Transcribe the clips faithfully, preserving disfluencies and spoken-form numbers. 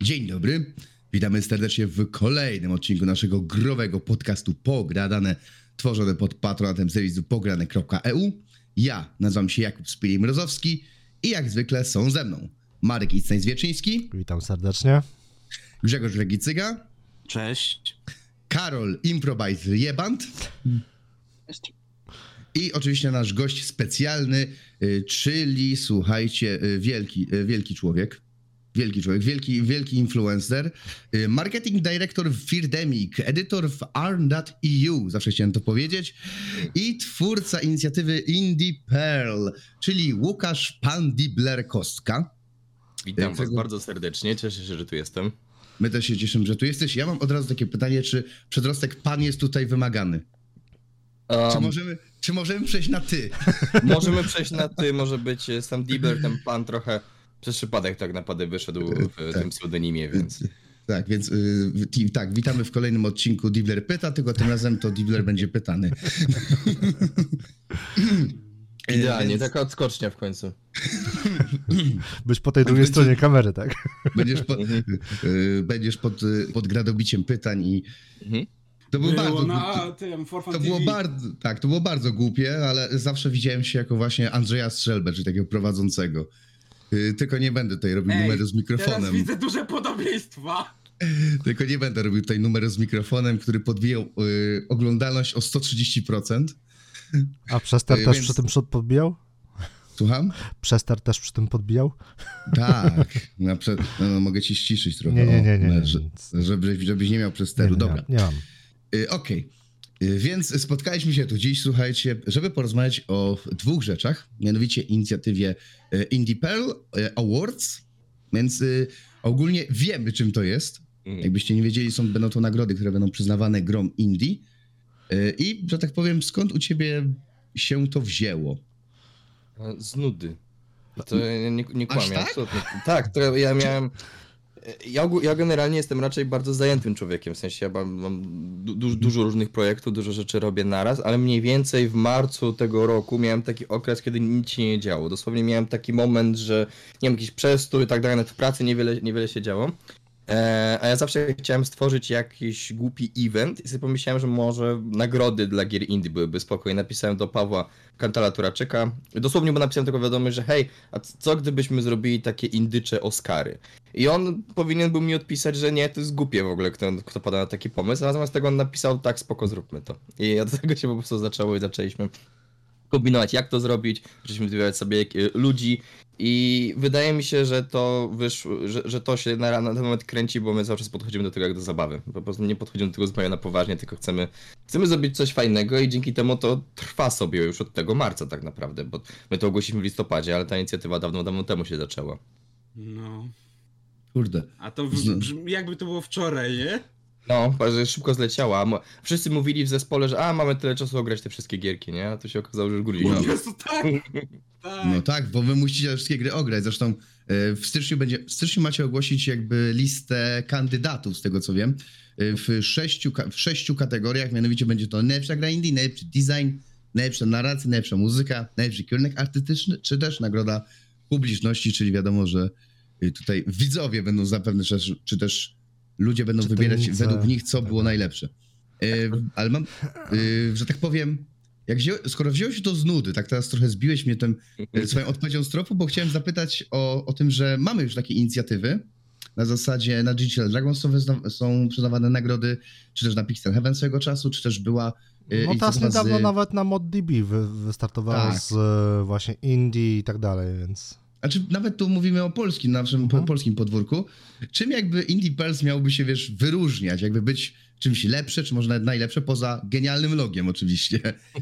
Dzień dobry, witamy serdecznie w kolejnym odcinku naszego growego podcastu Pogradane, tworzone pod patronatem serwisu pograne kropka e u. Ja nazywam się Jakub Spili-Mrozowski i jak zwykle są ze mną Marek Icnań-Zwierczyński. Witam serdecznie. Grzegorz Regicyga. Cześć. Karol Improviser Jeband. Cześć. I oczywiście nasz gość specjalny, czyli słuchajcie, wielki, wielki człowiek. Wielki człowiek, wielki, wielki influencer, marketing director w Firdemic, edytor w arm kropka e u, zawsze chciałem to powiedzieć, i twórca inicjatywy Indie Pearl, czyli Łukasz Pandibler-Kostka. Witam was Tego... bardzo serdecznie, cieszę się, że tu jestem. My też się cieszymy, że tu jesteś. Ja mam od razu takie pytanie, czy przedrostek pan jest tutaj wymagany? Um, czy, możemy, czy możemy przejść na ty? Możemy przejść na ty, może być sam Dibler, ten pan trochę przez przypadek tak naprawdę wyszedł w tak. tym pseudonimie, więc... Tak, więc yy, tak, witamy w kolejnym odcinku Dibler pyta, tylko tym razem to Dibler będzie pytany. Idealnie, więc... taka odskocznia w końcu. Być po tej drugiej będzie, stronie kamery, tak? Będziesz, po, yy, będziesz pod, pod gradobiciem pytań i... Mhm. To było, było bardzo, na tym to było bardzo, tak, to było bardzo głupie, ale zawsze widziałem się jako właśnie Andrzeja Strzelbę, czyli takiego prowadzącego. Yy, tylko nie będę tutaj robił Ej, numeru z mikrofonem. Teraz widzę duże podobieństwa. Tylko nie będę robił tutaj numeru z mikrofonem, który podbijał yy, oglądalność o sto trzydzieści procent. A Przester yy, też więc... przy tym podbijał? Słucham? Przester też przy tym podbijał? Tak, na prze... no, no, mogę ci ściszyć trochę, nie, nie, nie, nie, o, nie, że, żebyś, żebyś nie miał Przesteru. Nie, Dobra. Nie, nie mam. Yy, Okej. Okay. Więc spotkaliśmy się tu dziś, słuchajcie, żeby porozmawiać o dwóch rzeczach, mianowicie inicjatywie Indie Pearl Awards, więc ogólnie wiemy, czym to jest. Jakbyście nie wiedzieli, są, będą to nagrody, które będą przyznawane grom indie. I, że tak powiem, skąd u ciebie się to wzięło? Z nudy. To ja nie, nie kłamię, tak? absolutnie. Tak, to ja miałem... Ja, ja generalnie jestem raczej bardzo zajętym człowiekiem, w sensie ja mam, mam du, dużo różnych projektów, dużo rzeczy robię naraz, ale mniej więcej w marcu tego roku miałem taki okres, kiedy nic się nie działo. Dosłownie miałem taki moment, że nie wiem, jakiś przestój i tak dalej, nawet w pracy niewiele, niewiele się działo. E, a ja zawsze chciałem stworzyć jakiś głupi event i sobie pomyślałem, że może nagrody dla gier indie byłyby spoko. I napisałem do Pawła Kantala-Turaczyka, dosłownie mu napisałem tylko wiadomość, że hej, a co gdybyśmy zrobili takie indycze Oscary? I on powinien był mi odpisać, że nie, to jest głupie w ogóle, kto, kto pada na taki pomysł, a natomiast tego on napisał, tak, spoko, zróbmy to. I od tego się po prostu zaczęło i zaczęliśmy kombinować, jak to zrobić, zaczęliśmy wybierać sobie ludzi i wydaje mi się, że to wyszło, że, że to się na, na ten moment kręci, bo my cały czas podchodzimy do tego jak do zabawy. Po prostu nie podchodzimy do tego zupełnie na poważnie, tylko chcemy, chcemy zrobić coś fajnego i dzięki temu to trwa sobie już od tego marca tak naprawdę, bo my to ogłosiliśmy w listopadzie, ale ta inicjatywa dawno, dawno temu się zaczęła. No. Kurde. A to brzmi, jakby to było wczoraj, nie? No, że szybko zleciała. Wszyscy mówili w zespole, że a, mamy tyle czasu ograć te wszystkie gierki, nie? A to się okazało, że już grudzień. No, Jezu, tak. tak! No tak, bo wy musicie te wszystkie gry ograć. Zresztą w styczniu, będzie, w styczniu macie ogłosić jakby listę kandydatów, z tego co wiem, w sześciu, w sześciu kategoriach, mianowicie będzie to najlepsza gra indie, najlepszy design, najlepsza narracja, najlepsza muzyka, najlepszy kierunek artystyczny, czy też nagroda publiczności, czyli wiadomo, że tutaj widzowie będą zapewne, czy też ludzie będą czy wybierać według nich, co było najlepsze. Yy, ale mam, yy, że tak powiem, jak wzią, skoro wziąłeś się to z nudy, tak teraz trochę zbiłeś mnie tym yy, swoją odpowiedzią z tropu, bo chciałem zapytać o, o tym, że mamy już takie inicjatywy. Na zasadzie na Digital Dragons są, wyzna, są przyznawane nagrody, czy też na Pixel Heaven swojego czasu, czy też była... Yy, no teraz niedawno z... nawet na ModDB wy, wystartowała tak. z właśnie Indie i tak dalej, więc... Znaczy, nawet tu mówimy o polskim, naszym uh-huh. polskim podwórku. Czym jakby Indie Pearls miałby się, wiesz, wyróżniać? Jakby być czymś lepsze, czy może nawet najlepsze, poza genialnym logiem oczywiście.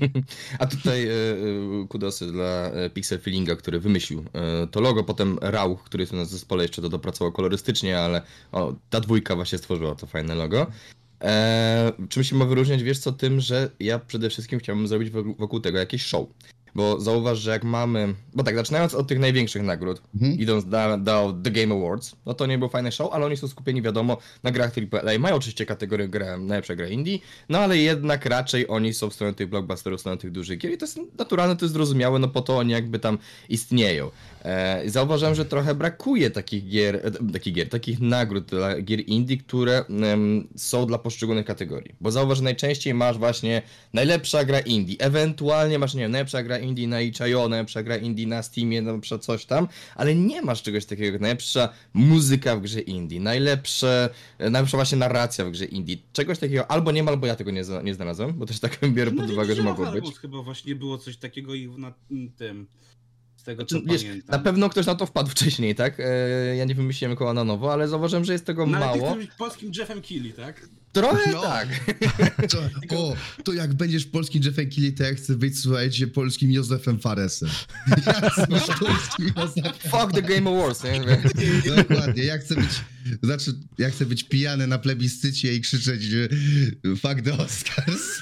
A tutaj e, kudosy dla Pixel Feelinga, który wymyślił e, to logo. Potem Rauch, który jest u nas w zespole, jeszcze to dopracował kolorystycznie, ale o, ta dwójka właśnie stworzyła to fajne logo. E, czym się ma wyróżniać? Wiesz co, tym, że ja przede wszystkim chciałbym zrobić wokół tego jakieś show. bo zauważ, że jak mamy, bo tak, zaczynając od tych największych nagród, Mhm. idąc do, do The Game Awards, no to nie był fajny show, ale oni są skupieni, wiadomo, na grach triple A. Mają oczywiście kategorię gra, najlepsza gra indie, no ale jednak raczej oni są w stronę tych blockbusterów, w stronę tych dużych gier i to jest naturalne, to jest zrozumiałe, no po to oni jakby tam istnieją. E, zauważyłem, że trochę brakuje takich gier, e, takich gier, takich nagród dla gier indie, które em, są dla poszczególnych kategorii. Bo zauważ, że najczęściej masz właśnie najlepsza gra indie, ewentualnie masz, nie wiem, najlepsza gra indie na itch kropka i o, najlepsza gra indie na Steamie, najlepsza coś tam, ale nie masz czegoś takiego jak najlepsza muzyka w grze indie, najlepsze, najlepsza właśnie narracja w grze indie. Czegoś takiego albo nie ma, albo ja tego nie, za- nie znalazłem, bo też tak biorę pod uwagę, że mogło być. Chyba właśnie było coś takiego i na tym, z tego co Znaczy, wiesz, pamiętam. na pewno ktoś na to wpadł wcześniej, tak? E, ja nie wymyśliłem koła na nowo, ale zauważyłem, że jest tego No ale ty mało. chcesz być polskim Jeffem Keighley, tak? Trochę No. tak. To, o, to jak będziesz polskim Jeffem Keighley, to ja chcę być, słuchajcie, polskim Józefem Faresem. Ja chcę być polskim Józefem. Fuck the Game Awards, nie? Dokładnie, ja chcę być, znaczy, ja chcę być pijany na plebiscycie i krzyczeć e, fuck the Oscars.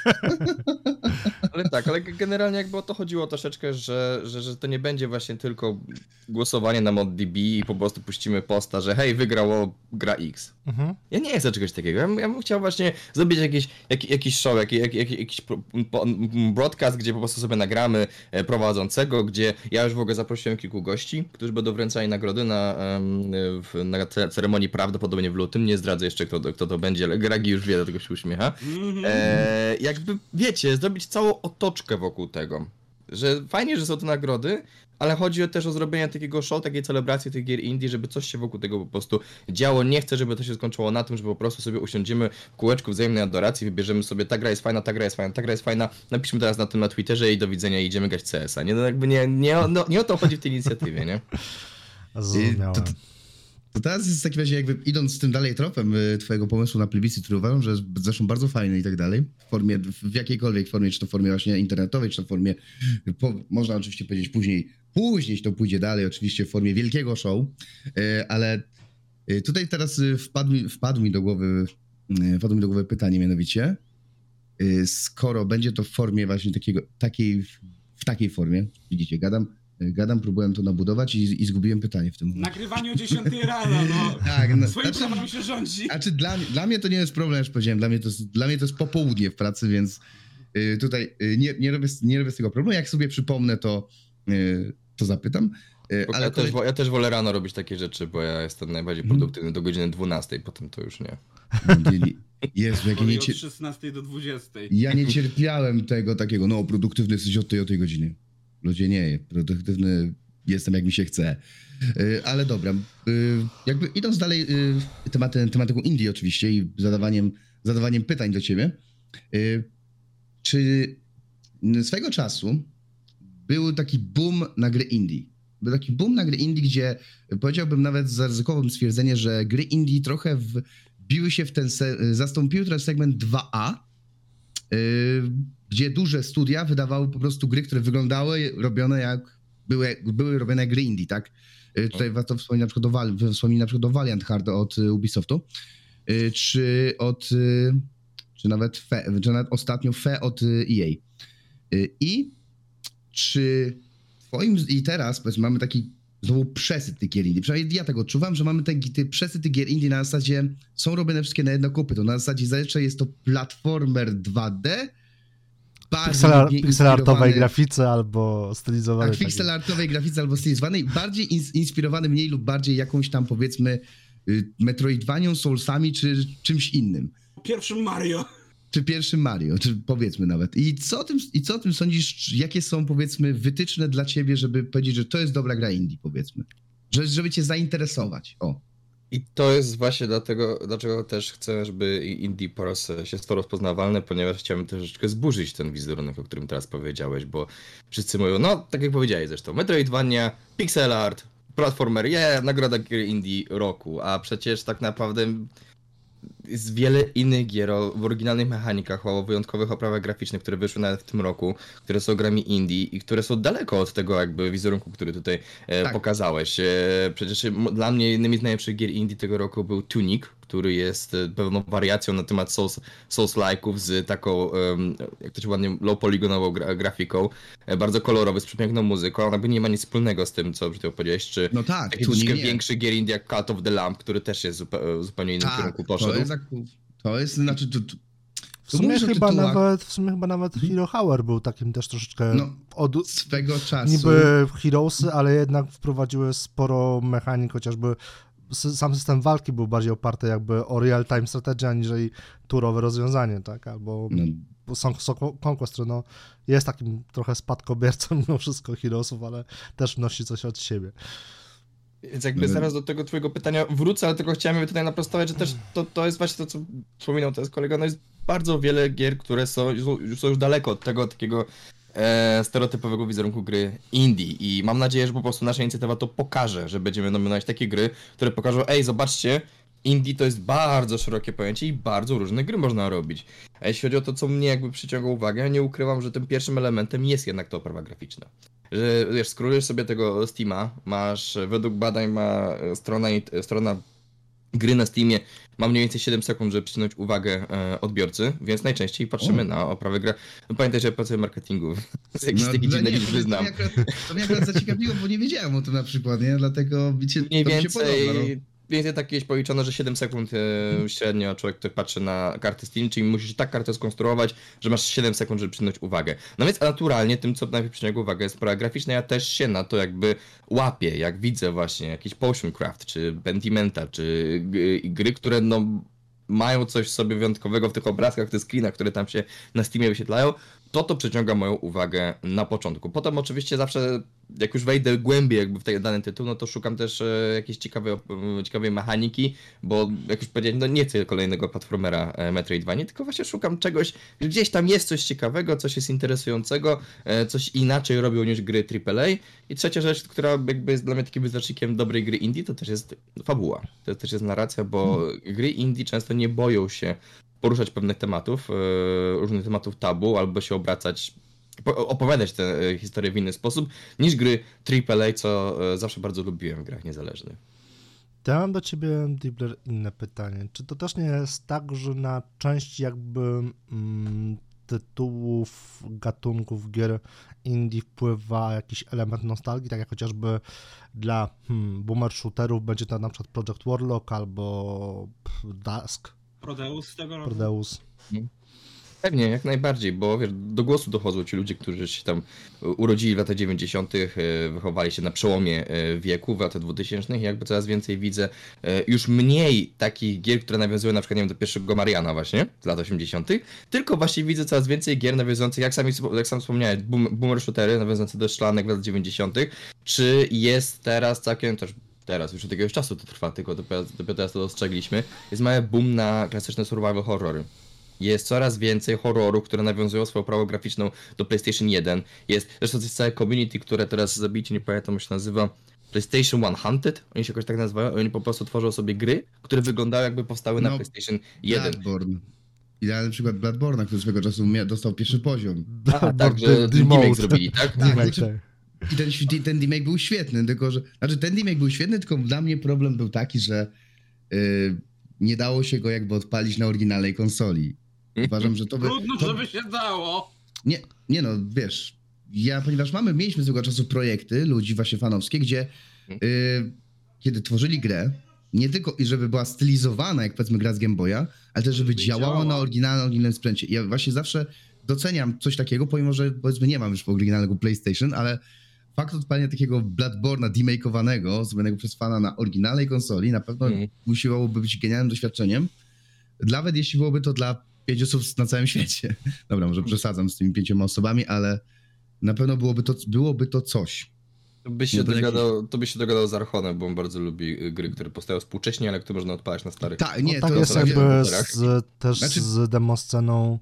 Ale tak, ale generalnie jakby o to chodziło troszeczkę, że, że, że to nie będzie właśnie tylko głosowanie na ModDB i po prostu puścimy posta, że hej, wygrało gra X. Mhm. Ja nie chcę czegoś takiego. Ja, bym- ja bym chciał właśnie zrobić jakiś, jak, jakiś show, jak, jak, jak, jakiś pro- po- m, broadcast, gdzie po prostu sobie nagramy e, prowadzącego, gdzie ja już w ogóle zaprosiłem kilku gości, którzy będą wręczali nagrody na, em, w, na ce- ceremonii prawdopodobnie w lutym. Nie zdradzę jeszcze, kto, to- kto to będzie, ale Gragi już wie, dlatego się uśmiecha. Mhm. E, jakby, wiecie, zrobić całą otoczkę wokół tego. Że fajnie, że są te nagrody, ale chodzi też o zrobienie takiego show, takiej celebracji tych gier indie, żeby coś się wokół tego po prostu działo. Nie chcę, żeby to się skończyło na tym, że po prostu sobie usiądziemy w kółeczku wzajemnej adoracji, wybierzemy sobie ta gra jest fajna, ta gra jest fajna, ta gra jest fajna, napiszmy teraz na tym na Twitterze i do widzenia i idziemy grać C S a. Nie, no jakby nie, nie, o- no, nie o to chodzi w tej inicjatywie, nie? Zrozumiałem. To, to, to teraz jest w takim razie jakby idąc z tym dalej tropem y, twojego pomysłu na plebiscyt, który uważam, że jest zresztą bardzo fajny i tak dalej, w formie, w jakiejkolwiek formie, czy to w formie właśnie internetowej, czy to w formie, po, można oczywiście powiedzieć później, później to pójdzie dalej, oczywiście w formie wielkiego show, y, ale y, tutaj teraz y, wpadł, mi- wpadł mi do głowy, y, wpadło mi do głowy pytanie mianowicie, y, skoro będzie to w formie właśnie takiego, takiej, w takiej formie, widzicie, gadam, y, gadam, próbowałem to nabudować i, i zgubiłem pytanie w tym momencie. Nagrywanie o dziesiątej rano, no. Tak, no, Swoim znaczy- prawem się rządzi. Znaczy dla, mnie- dla mnie to nie jest problem, już powiedziałem, dla mnie to jest, dla mnie to jest popołudnie w pracy, więc y, tutaj y, nie, nie, robię, z- nie robię z tego problemu. Jak sobie przypomnę, to, y, to zapytam. Y, Ale ale ja, kolej... też, wo- ja też wolę rano robić takie rzeczy, bo ja jestem najbardziej Mhm. produktywny do godziny dwunastej, potem to już nie. Jezu, jak ja Woli nie, od cier... szesnastej do dwudziestej. ja nie cierpiałem tego takiego, no produktywny jesteś od tej o tej godziny. Ludzie nie, produktywny jestem jak mi się chce. Y, ale dobra, y, jakby idąc dalej y, tematem, tematyką Indii oczywiście i zadawaniem, zadawaniem pytań do ciebie, y, czy swego czasu był taki boom na gry indie? Był taki boom na gry indie, gdzie powiedziałbym nawet zaryzykowałem stwierdzenie, że gry indie trochę wbiły się w ten, se- zastąpiły ten segment dwa A, y, gdzie duże studia wydawały po prostu gry, które wyglądały robione jak, były, były robione jak gry indie, tak? Y, Tutaj warto wspomnieć na przykład o, Val- wspomnieć na przykład o Valiant Heart od y, Ubisoftu, y, czy od, y, czy nawet, Fe, czy nawet ostatnio Fe od y, E A. Y, I czy twoim, i teraz powiedzmy, mamy taki znowu przesyt tych gier indie, przynajmniej ja tego odczuwam, że mamy ten, ten przesyt tych gier indie na zasadzie, są robione wszystkie na jedno kupy, to na zasadzie zazwyczaj jest to platformer dwa D, bardzo Pixel, lubnie pixel artowej inspirowany- grafice albo stylizowanej. tak, pixel artowej grafice albo stylizowanej, bardziej ins- inspirowany mniej lub bardziej jakąś tam powiedzmy y, Metroidvanią, Soulsami czy czymś innym. Pierwszym Mario. Czy pierwszym Mario, czy powiedzmy nawet. I co o tym, i co o tym sądzisz, czy jakie są powiedzmy wytyczne dla ciebie, żeby powiedzieć, że to jest dobra gra indie, powiedzmy. Że, żeby cię zainteresować. O. I to jest właśnie dlatego, dlaczego też chcę, żeby indie po raz się stał rozpoznawalne, ponieważ chciałbym troszeczkę zburzyć ten wizerunek, o którym teraz powiedziałeś, bo wszyscy mówią, no tak jak powiedziałeś zresztą, Metroidvania, pixel art, platformer, yeah, nagroda gry indie roku, a przecież tak naprawdę jest wiele innych gier o, w oryginalnych mechanikach, o wyjątkowych oprawach graficznych, które wyszły nawet w tym roku, które są grami indie i które są daleko od tego jakby wizerunku, który tutaj e, Tak. pokazałeś. E, przecież m- dla mnie jednymi z najlepszych gier indie tego roku był Tunic, który jest pewną wariacją na temat Souls, Souls-like'ów z taką, jak to się ładnie, low polygonową gra, grafiką, bardzo kolorowy, z przepiękną muzyką, ona by nie ma nic wspólnego z tym, co przed chwilą powiedziałeś, czy no tak, taki tu troszkę nie. większy gier indie jak Cult of the Lamp, który też jest zupełnie, zupełnie innym Tak, kierunku poszedł. to jest, to jest, znaczy, to, to, W sumie, mówisz o chyba tytułach- nawet, w sumie chyba nawet Hero Hour był takim też troszeczkę No, od... swego czasu. Niby Heroesy, ale jednak wprowadziły sporo mechanik, chociażby sy- sam system walki był bardziej oparty jakby o real-time strategy, aniżeli turowe rozwiązanie, tak? Albo No, Song of Conquest, który no, jest takim trochę spadkobiercą mimo wszystko Heroesów, ale też wnosi coś od siebie. Więc jakby No. zaraz do tego twojego pytania wrócę, ale tylko chciałem tutaj naprostować, że też to, to jest właśnie to, co wspominał teraz kolega, no jest bardzo wiele gier, które są, są, są już daleko od tego takiego e, stereotypowego wizerunku gry indie i mam nadzieję, że po prostu nasza inicjatywa to pokaże, że będziemy nominować takie gry, które pokażą, ej, zobaczcie, indie to jest bardzo szerokie pojęcie i bardzo różne gry można robić. A jeśli chodzi o to, co mnie jakby przyciąga uwagę, nie ukrywam, że tym pierwszym elementem jest jednak ta oprawa graficzna. Że wiesz, scrollujesz sobie tego Steama, masz, według badań ma strona, strona gry na Steamie, ma mniej więcej siedem sekund, żeby przyciągnąć uwagę e, odbiorcy, więc najczęściej patrzymy O. na oprawę gra. No pamiętaj, że ja pracuję w marketingu, więc jakieś takie no dziwne nie, liczby to, znam. mnie akurat, to mnie akurat zaciekawiło, bo nie wiedziałem o tym na przykład, nie? Dlatego mi się, Mniej to mi się więcej, podoba, no. mniej więcej tak kiedyś policzone, że siedem sekund e, średnio człowiek, który patrzy na kartę Steam, czyli musisz tak kartę skonstruować, że masz siedem sekund, żeby przyciągnąć uwagę. No więc naturalnie tym, co najpierw przyciąga uwagę jest sprawa graficzna, ja też się na to jakby łapię, jak widzę właśnie jakiś Potion Craft, czy Pentimenta, czy g- gry, które no mają coś sobie wyjątkowego w tych obrazkach, w tych screenach, które tam się na Steamie wyświetlają, to to przyciąga moją uwagę na początku. Potem oczywiście zawsze, jak już wejdę głębiej jakby w ten dany tytuł, no to szukam też e, jakiejś ciekawej, op- ciekawej mechaniki, bo jak już powiedziałem, no nie chcę kolejnego platformera e, Metroidvania, tylko właśnie szukam czegoś, gdzieś tam jest coś ciekawego, coś jest interesującego, e, coś inaczej robią niż gry triple A. I trzecia rzecz, która jakby jest dla mnie takim wyznacznikiem dobrej gry indie, to też jest fabuła. To też jest narracja, bo hmm. gry indie często nie boją się poruszać pewnych tematów, e, różnych tematów tabu, albo się obracać, po, opowiadać tę e, historię w inny sposób, niż gry triple A, co e, zawsze bardzo lubiłem w grach niezależnych. To ja mam do ciebie, Dibler, inne pytanie. Czy to też nie jest tak, że na część jakby mm, tytułów, gatunków gier indie wpływa jakiś element nostalgii, tak jak chociażby dla hmm, boomer shooterów będzie to na przykład Project Warlock albo pff, Dusk, Prodeus z tego roku. Prodeus. Pewnie, jak najbardziej, bo wiesz, do głosu dochodzą ci ludzie, którzy się tam urodzili w latach dziewięćdziesiątych, wychowali się na przełomie wieku, w latach dwutysięcznych i jakby coraz więcej widzę już mniej takich gier, które nawiązują na przykład, nie wiem, do pierwszego Mariana właśnie, z lat osiemdziesiątych, tylko właśnie widzę coraz więcej gier nawiązujących, jak, sami, jak sam wspomniałeś, boom, boomer shootery nawiązujące do szklanek w latach dziewięćdziesiątych, czy jest teraz całkiem też teraz, już od jakiegoś czasu to trwa, tylko dopiero, dopiero teraz to dostrzegliśmy, jest mały boom na klasyczne survival horrory. Jest coraz więcej horrorów, które nawiązują swoją prawą graficzną do PlayStation jeden. Jest zresztą jest całe community, które teraz zabicie, nie pamiętam jak się nazywa, PlayStation One Hunted, oni się jakoś tak nazywają, oni po prostu tworzą sobie gry, które wyglądają jakby powstały No, na PlayStation jeden. Bloodborne. Idealny przykład Bloodborne'a, który swego czasu mia- dostał pierwszy poziom. A, tak, że remake zrobili, tak? Tak, Remake, znaczy, I ten, ten remake był świetny, tylko że... Znaczy ten remake był świetny, tylko dla mnie problem był taki, że yy, nie dało się go jakby odpalić na oryginalnej konsoli. Uważam, że to by... Trudno, to... żeby się dało. Nie, nie no, wiesz, ja, ponieważ mamy, mieliśmy swego czasu projekty ludzi właśnie fanowskie, gdzie yy, kiedy tworzyli grę, nie tylko i żeby była stylizowana, jak powiedzmy gra z Game Boya, ale też żeby Żeby działała działa. na oryginalnym, oryginalnym sprzęcie. Ja właśnie zawsze doceniam coś takiego, pomimo że powiedzmy nie mam już oryginalnego PlayStation, ale fakt odpalenia takiego Bloodborne'a demakeowanego, zrobionego przez fana na oryginalnej konsoli, na pewno Mhm. musiałoby być genialnym doświadczeniem. Nawet jeśli byłoby to dla pięć osób na całym świecie. Dobra, może przesadzam z tymi pięcioma osobami, ale na pewno byłoby to, byłoby to coś. To byś się No to dogadał, to byś się dogadał z Archonem, bo on bardzo lubi gry, które powstają współcześnie, ale które można odpalać na starych. Tak, nie, no, tak to jest to- jakby komputerach. z, też Znaczy- z demosceną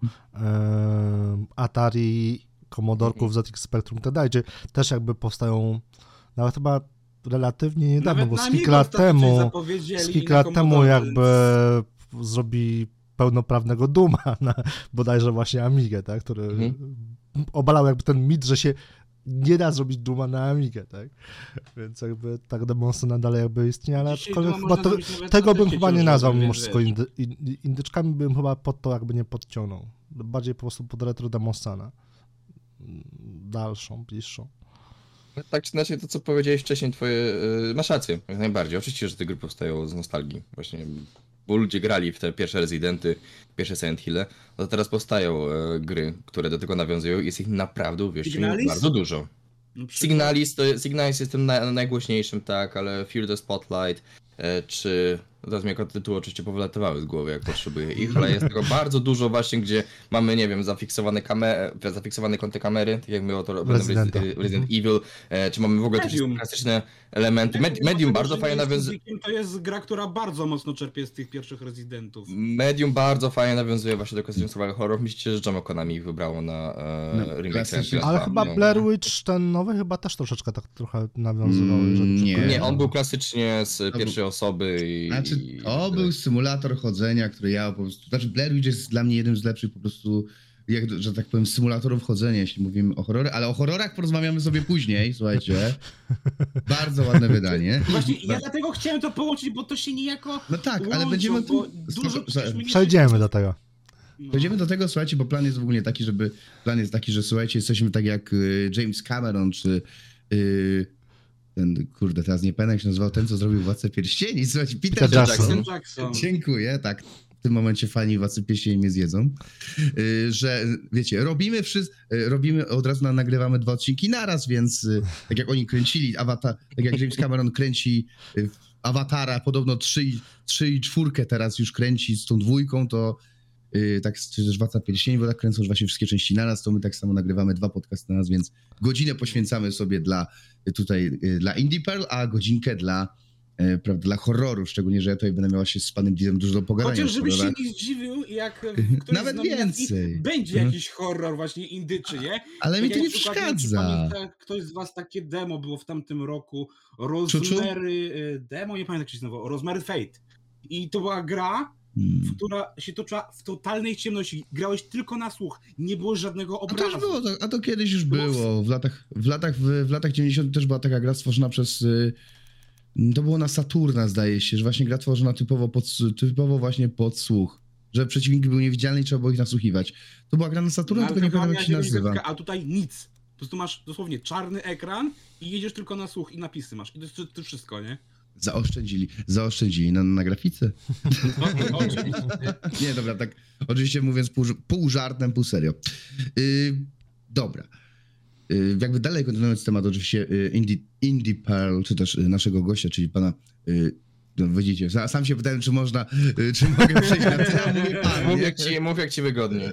e, Atari, Commodorków, Z X Spectrum i tak dalej, gdzie też jakby powstają nawet chyba relatywnie niedawno, Nawet bo na z Amiga kilka lat ostatnio coś temu zapowiedzieli z i kilka na lat temu Commodore, jakby zrobi pełnoprawnego Duma na bodajże właśnie Amigę, tak, który Mhm. obalał jakby ten mit, że się nie da zrobić Duma na Amigę, tak? Więc jakby tak Demonsy dalej jakby istnieje, ale Dzisiaj aczkolwiek Duma chyba można to, zrobić nawet tego na bym dyskiecie chyba nie już, nazwał żeby, mimo wiesz. wszystko indy, in- indyczkami, bym chyba pod to jakby nie podciągnął. Bardziej po prostu pod retro Demonsana. Dalszą, bliższą. Tak czy inaczej, to co powiedziałeś wcześniej, twoje, yy, masz rację, jak najbardziej. Oczywiście, że te gry powstają z nostalgii, właśnie, bo ludzie grali w te pierwsze Residenty, pierwsze Silent Hill'e, to teraz powstają e, gry, które do tego nawiązują i jest ich naprawdę, uwierzcie mi, Signalis? bardzo dużo. Na przykład. Signalis, to, Signalis jest tym na, najgłośniejszym, tak, ale Fear the Spotlight, e, czy... Teraz mi jako tytuły oczywiście powylatywały z głowy, jak potrzebuję ich, ale jest tego bardzo dużo właśnie, gdzie mamy, nie wiem, zafiksowane, kamer zafiksowane kąty kamery, tak jak my o to robimy w Residenta. Resident, Resident Evil, e, czy mamy w ogóle Medium. jakieś klasyczne elementy. Med Medium bardzo fajnie nawiązuje. To jest gra, która bardzo mocno czerpie z tych pierwszych Residentów. Medium bardzo fajnie nawiązuje właśnie do klasycznych survival horror. Myślicie, że czemu Konami ich wybrało na e, No, remake klasycznie. Silent Hilla Ale dwa? chyba No. Blair Witch, ten nowy, chyba też troszeczkę tak trochę nawiązywał. Mm, jeżeli nie. tylko- Nie, on był klasycznie z był- pierwszej osoby i... Znaczy, i- to był symulator chodzenia, który ja po prostu... Znaczy, Blair Witch jest dla mnie jednym z lepszych po prostu, jak, że tak powiem, symulatorów chodzenia, jeśli mówimy o horrorach, ale o horrorach porozmawiamy sobie później, słuchajcie. Bardzo ładne wydanie. Właśnie ja dlatego chciałem to połączyć, bo to się niejako No tak, ale łączą, będziemy... bo tu- dużo spoko- przecież my nie- Przejdziemy do tego. No. Przejdziemy do tego, słuchajcie, bo plan jest w ogóle taki, żeby... Plan jest taki, że słuchajcie, jesteśmy tak jak y, James Cameron, czy... Y, ten, kurde, teraz nie pamiętam jak się nazywał, ten, co zrobił Władcę Pierścieni, słuchajcie, Peter, Peter Jackson. Jackson. Jackson. Jackson. Dziękuję, tak. W tym momencie fani Władcy Pierścieni mnie zjedzą. Y, że wiecie, robimy wszystko, robimy od razu na, nagrywamy dwa odcinki naraz, więc y, tak jak oni kręcili Avatar, tak jak James Cameron kręci y, Awatara, podobno trzy, i- trzy i czwórkę teraz już kręci z tą dwójką, to y, tak czy też Władca Pierścieni, bo tak kręcą już właśnie wszystkie części naraz, to my tak samo nagrywamy dwa podcasty naraz, więc godzinę poświęcamy sobie dla y, tutaj y, dla Indie Pearl, a godzinkę dla e, prawda, dla horroru, szczególnie, że ja tutaj będę miała się z panem Dizem dużo do pogadania. Chociaż o żebyś się horrorach. nie zdziwił, jak w którymś Nawet z nominacji więcej. będzie Mhm. jakiś horror właśnie indyczy, nie? Ale Tak mi to jak nie na przykład, wiem, czy przeszkadza. pamięta Ktoś z was takie demo było w tamtym roku, Rosemary, y, demo, nie pamiętam jak się nazywało, Rosemary Fate. I to była gra, Hmm. która się toczyła w totalnej ciemności. Grałeś tylko na słuch, nie było żadnego A to obrazu. już było, to, a to kiedyś już Było w- było. W latach, w latach, w, w latach dziewięćdziesiątych też była taka gra stworzona przez... y, To było na Saturna, zdaje się, że właśnie gra tworzona typowo, pod, typowo właśnie pod słuch. Że przeciwnik był niewidzialny i trzeba było ich nasłuchiwać. To była gra na Saturna, No, tylko ale nie taka pamiętam jak się miała jakaś nazywa. grafika, a tutaj nic. Po prostu masz dosłownie czarny ekran i jedziesz tylko na słuch i napisy masz. I to jest to, to wszystko, nie? Zaoszczędzili, zaoszczędzili na, na grafice. No, oczywiście. Nie, dobra, tak oczywiście mówiąc pół, pół żartem, pół serio. Yy, dobra. Yy, jakby dalej kontynuując temat oczywiście yy, Indie, Indie Pearl, czy też yy, naszego gościa, czyli pana... Yy, no widzicie, sa- sam się pytałem, czy można, yy, czy mogę przejść na ty, a mówię pan, Mów nie? jak, ci, mów jak ci wygodnie.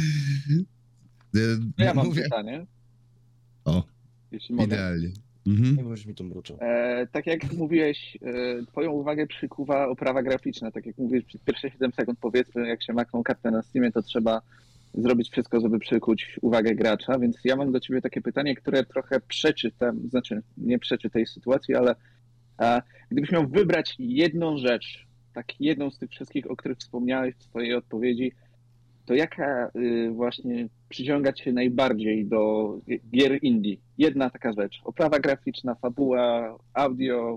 Yy, No ja mam mówię... pytanie, O, jeśli mogę. idealnie. Mhm. Nie możesz mi tu mruczał. E, tak jak mówiłeś, e, twoją uwagę przykuwa oprawa graficzna. Tak jak mówiłeś przez pierwsze siedem sekund, powiedzmy, jak się makną kartę na Steamie, to trzeba zrobić wszystko, żeby przykuć uwagę gracza, więc ja mam do ciebie takie pytanie, które trochę przeczy tam, znaczy nie przeczy tej sytuacji, ale a, gdybyś miał wybrać jedną rzecz, tak jedną z tych wszystkich, o których wspomniałeś w swojej odpowiedzi, to jaka y, właśnie przyciąga cię najbardziej do gier indie? Jedna taka rzecz. Oprawa graficzna, fabuła, audio.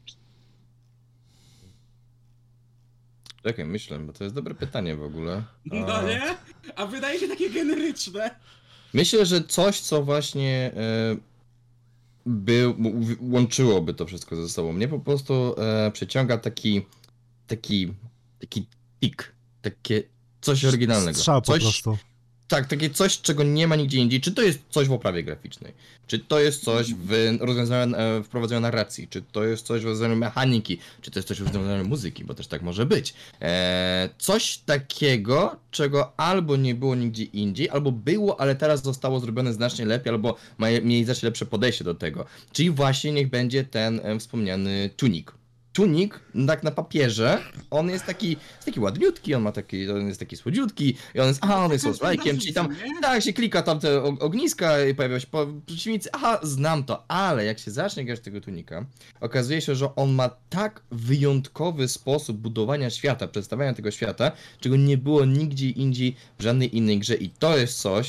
Czekaj, myślę, bo to jest dobre pytanie w ogóle. No A... nie? A wydaje się takie generyczne. Myślę, że coś, co właśnie e, był, w- łączyłoby to wszystko ze sobą. Mnie po prostu e, przyciąga taki, taki, taki tik, takie coś oryginalnego. Strzał po coś, prostu. Tak, takie coś, czego nie ma nigdzie indziej. Czy to jest coś w oprawie graficznej? Czy to jest coś w rozwiązaniu, e, wprowadzeniu narracji? Czy to jest coś w rozwiązaniu mechaniki? Czy to jest coś w rozwiązaniu muzyki? Bo też tak może być. E, coś takiego, czego albo nie było nigdzie indziej, albo było, ale teraz zostało zrobione znacznie lepiej, albo ma, mieli znacznie lepsze podejście do tego. Czyli właśnie niech będzie ten e, wspomniany tunik. Tunik, tak na papierze, on jest taki, jest taki ładniutki, on ma taki, on jest taki słodziutki i on jest, aha, on jest Taka Souls-like'iem, czyli tam, standardyzacja, nie? tak, się klika tam te og- ogniska i pojawiają się po- przeciwnicy, aha, znam to, ale jak się zacznie grać tego tunika, okazuje się, że on ma tak wyjątkowy sposób budowania świata, przedstawiania tego świata, czego nie było nigdzie indziej w żadnej innej grze i to jest coś,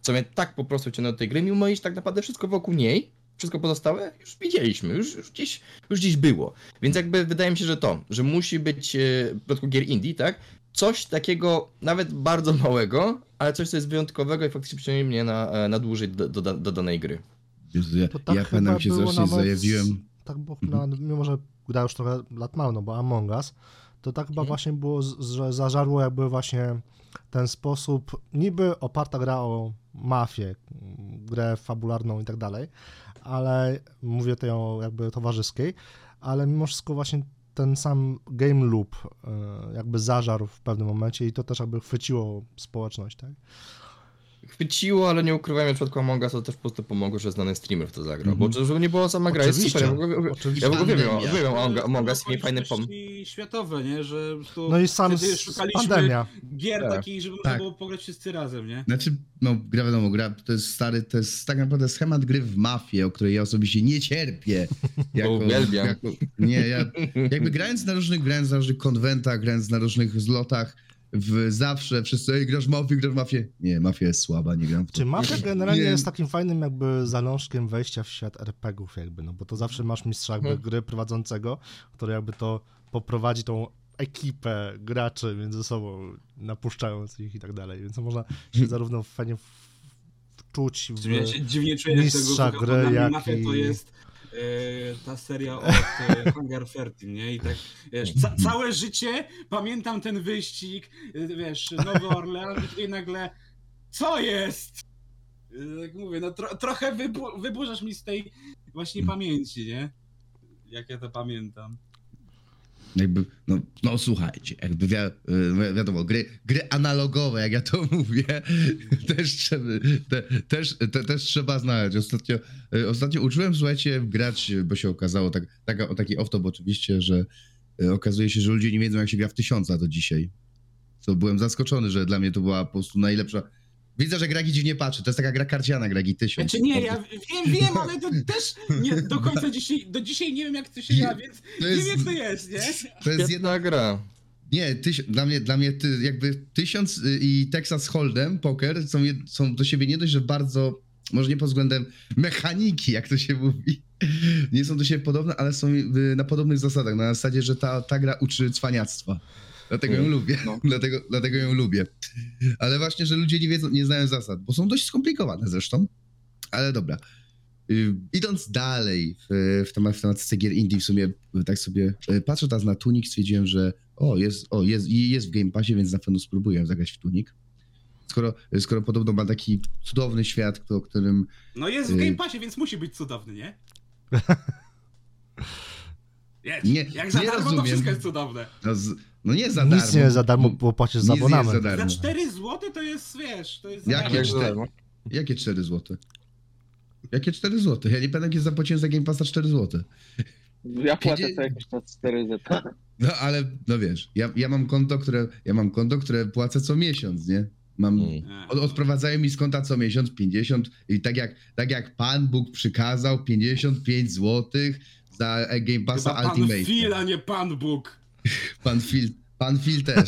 co mnie tak po prostu ciągnęło do tej gry, mimo iż tak naprawdę wszystko wokół niej, wszystko pozostałe już widzieliśmy, już, już, gdzieś, już gdzieś było. Więc jakby wydaje mi się, że to, że musi być w przypadku gier indie, tak, coś takiego nawet bardzo małego, ale coś, co jest wyjątkowego i faktycznie przyciągnie mnie na, na dłużej do, do, do danej gry. Jezu, ja, To tak ja chyba pamiętam się było strasznie nawet- zajawiłem. Tak, bo Mhm. no, mimo że gra już trochę lat mało, no bo Among Us, to tak chyba Mhm. właśnie było, z- że zażarło jakby właśnie ten sposób, niby oparta gra o mafię, grę fabularną i tak dalej, ale mówię tutaj o jakby towarzyskiej, ale mimo wszystko właśnie ten sam game loop e, jakby zażarł w pewnym momencie i to też jakby chwyciło społeczność, tak? Chwyciło, ale nie ukrywajmy, w przypadku Among Us to też po prostu pomogło, że znany streamer w to zagrał, Mhm. bo żeby nie było sama gra, jest Oczywiście, super, ja w ogóle, oczywiście. ja w ogóle uwielbiam, Pandemia. uwielbiam Among- To Among Us i nie są fajny pom... okoliczności światowe, nie? Że tu No i sam wtedy s- szukaliśmy pandemia. gier Tak. takich, żeby można Tak. było pograć wszyscy razem, nie? Znaczy, no gra wiadomo, gra to jest stary, to jest tak naprawdę schemat gry w mafię, o której ja osobiście nie cierpię. Uwielbiam. Jako, nie, ja jakby grając na różnych, grając na różnych konwentach, grając na różnych zlotach, w zawsze wszyscy, ej, grasz mafię, grasz mafię. Nie, mafia jest słaba, nie gram w to. Czy mafia generalnie Nie. jest takim fajnym jakby zalążkiem wejścia w świat er pe gie ów jakby, no bo to zawsze masz mistrza jakby Mhm. gry prowadzącego, który jakby to poprowadzi tą ekipę graczy między sobą, napuszczając ich i tak dalej, więc to można się zarówno fajnie w- wczuć w... Ja się dziwnie czuję z tego, mistrza że gry, dla mnie jak Mafia i- to jest e, ta seria od e, Hunger trzynaście, nie? I tak, wiesz, ca całe życie pamiętam ten wyścig, e, wiesz, Nowy Orlean i tutaj nagle, co jest? E, Tak mówię, no tro trochę wybu wyburzasz mi z tej właśnie pamięci, nie? Jak ja to pamiętam. Jakby, no, no słuchajcie, jakby wi wi wiadomo, gry, gry analogowe, jak ja to mówię, też trzeba, te, też, te, też trzeba znać. Ostatnio, y, ostatnio uczyłem, słuchajcie, grać, bo się okazało, tak, taka, o taki off-top oczywiście, że y, okazuje się, że ludzie nie wiedzą, jak się gra w tysiąca do dzisiaj. Co byłem zaskoczony, że dla mnie to była po prostu najlepsza. Widzę, że Gragi dziwnie patrzy, to jest taka gra karciana, Gragi tysiąc. Znaczy nie, ja wiem, wiem, ale to też nie, do końca dzisiaj, do dzisiaj nie wiem jak to się gra, więc To nie jest- wiem jak to jest, nie? To jest jedna Świetna gra. Nie, tyś, dla mnie, dla mnie ty, jakby tysiąc y, i Texas Hold'em, poker są, jed, są do siebie nie dość, że bardzo, może nie pod względem mechaniki, jak to się mówi, nie są do siebie podobne, ale są y, na podobnych zasadach, na zasadzie, że ta, ta gra uczy cwaniactwa. Dlatego ją Mm, lubię, no. dlatego, dlatego ją lubię. Ale właśnie, że ludzie nie wiedzą, nie znają zasad, bo są dość skomplikowane zresztą, ale dobra. Y, Idąc dalej w, w, temat, w tematyce gier indie, w sumie y, tak sobie y, patrzę teraz na Tunic, stwierdziłem, że o, jest, o, jest, i jest w Game Passie, więc na pewno spróbuję zagrać w Tunic. Skoro, skoro podobno ma taki cudowny świat, o którym... No jest w Y- Game Passie, więc musi być cudowny, nie? Jedź. Nie- Jak za nie darmo, to rozumiem. wszystko jest cudowne. No, z, no nie za darmo. Nic nie jest za darmo, bo- bo płacisz za nic nie jest abonament. za darmo. Za cztery złote to jest, wiesz, to jest... Jakie za darmo. Jak cztery? darmo. Jakie cztery złote? Jakie cztery złote? Ja nie pamiętam, kiedy zapłaciłem za Game Passa cztery złote. Ja płacę Pięćdzie- co jakiś czas cztery zeta. No ale, no wiesz, ja, ja mam konto, które, ja mam konto, które płacę co miesiąc, nie? Mam, Mm. Nie. od, odprowadzają mi z konta co miesiąc pięćdziesiąt i tak jak, tak jak Pan Bóg przykazał, pięćdziesiąt pięć złotych za Game Passa Chyba pan Ultimate. Phil, a nie Pan Bóg. Pan Phil, pan Phil też.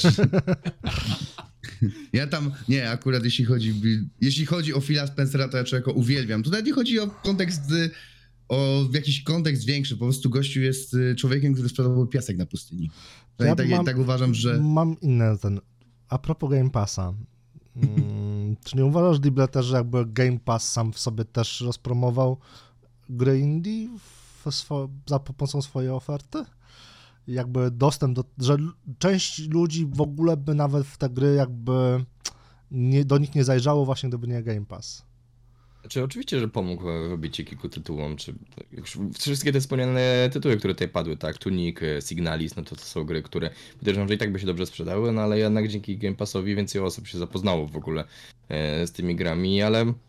Ja tam, nie, akurat jeśli chodzi, jeśli chodzi o Phila Spencera, to ja człowieka uwielbiam. Tutaj nie chodzi o kontekst, y, o jakiś kontekst większy, po prostu gościu jest y, człowiekiem, który sprzedawał piasek na pustyni. To ja tak, mam- tak uważam, że... Mam inny ten. A propos Game Passa. Mm, czy nie uważasz, Dible, też, że jakby Game Pass sam w sobie też rozpromował gry indie w swo- za pomocą swojej oferty? Jakby dostęp do... że l- część ludzi w ogóle by nawet w te gry jakby nie, do nich nie zajrzało właśnie gdyby nie Game Pass. Znaczy, oczywiście, że pomógł w wybicie kilku tytułom, czy już wszystkie te wspomniane tytuły, które tutaj padły, tak, Tunic, Signalis, no to to są gry, które podejrzewam, że i tak by się dobrze sprzedały, no ale jednak dzięki Game Passowi więcej osób się zapoznało w ogóle e, z tymi grami, ale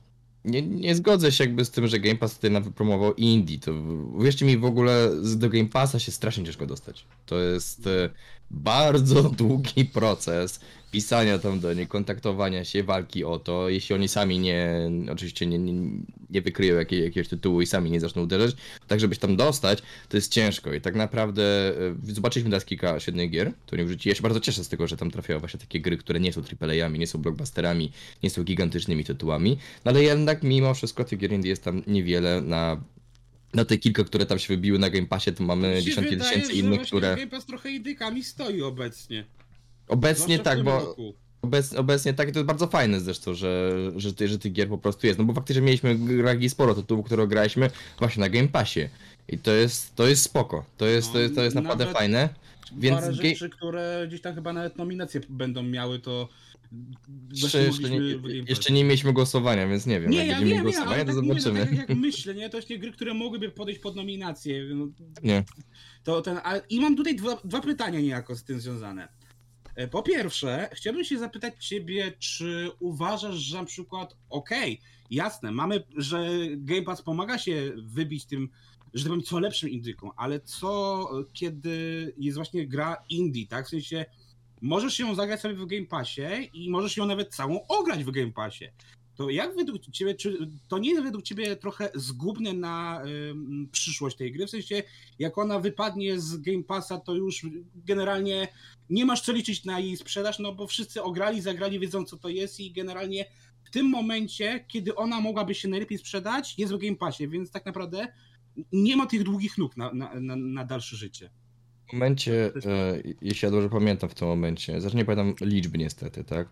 Nie, nie zgodzę się jakby z tym, że Game Pass tutaj nam wypromował indie. To uwierzcie mi, w ogóle z- do Game Passa się strasznie ciężko dostać. To jest e, bardzo długi proces pisania tam do nich, kontaktowania się, walki o to. Jeśli oni sami nie, oczywiście nie, nie, nie wykryją jakiej, jakiegoś tytułu i sami nie zaczną uderzać, tak żebyś tam dostać, to jest ciężko. I tak naprawdę e, zobaczyliśmy teraz kilka świetnych gier, które wrzucili. Ja się bardzo cieszę z tego, że tam trafiają właśnie takie gry, które nie są triple A-ami, nie są blockbusterami, nie są gigantycznymi tytułami. No ale jednak mimo wszystko tych gier indie jest tam niewiele. Na, na te kilka, które tam się wybiły na Game Passie, to mamy Mi się dziesiątki wydaje, tysięcy że innych, właśnie które Game Pass trochę indykami stoi obecnie. obecnie Zwłaszcza w tak, tym bo roku. obec, obecnie tak i to jest bardzo fajne zresztą, że, że, ty, że tych gier po prostu jest. No bo faktycznie mieliśmy gragi sporo tytułów, które graliśmy właśnie na Game Passie. I to jest, to jest spoko. To jest, to jest, to jest No, naprawdę nawet fajne. Więc Parę ge- rzeczy, które gdzieś tam chyba nawet nominacje będą miały, to jeszcze, właśnie jeszcze, nie, mogliśmy w Game Passie. jeszcze nie mieliśmy głosowania, więc nie wiem. Nie, jak ja będziemy wiem, mieli wiem, głosowania, ale to tak mówię, no, zobaczymy. tak jak myślę, nie? To właśnie gry, które mogłyby podejść pod nominację. No, Nie. to ten, a, I mam tutaj dwa, dwa pytania niejako z tym związane. E, Po pierwsze, chciałbym się zapytać ciebie, czy uważasz, że na przykład, okej, jasne, mamy, że Game Pass pomaga się wybić tym, że tak powiem, co lepszym indykom, ale co kiedy jest właśnie gra indie, tak? W sensie możesz ją zagrać sobie w Game Passie i możesz ją nawet całą ograć w Game Passie. To jak według ciebie, czy to nie jest według ciebie trochę zgubne na ym, przyszłość tej gry? W sensie, jak ona wypadnie z Game Passa, to już generalnie nie masz co liczyć na jej sprzedaż, no bo wszyscy ograli, zagrali, wiedzą co to jest i generalnie w tym momencie, kiedy ona mogłaby się najlepiej sprzedać, jest w Game Passie, więc tak naprawdę nie ma tych długich nóg na, na, na, na dalsze życie. W momencie, e, jeśli ja dobrze pamiętam w tym momencie, znaczy nie pamiętam liczby niestety, tak?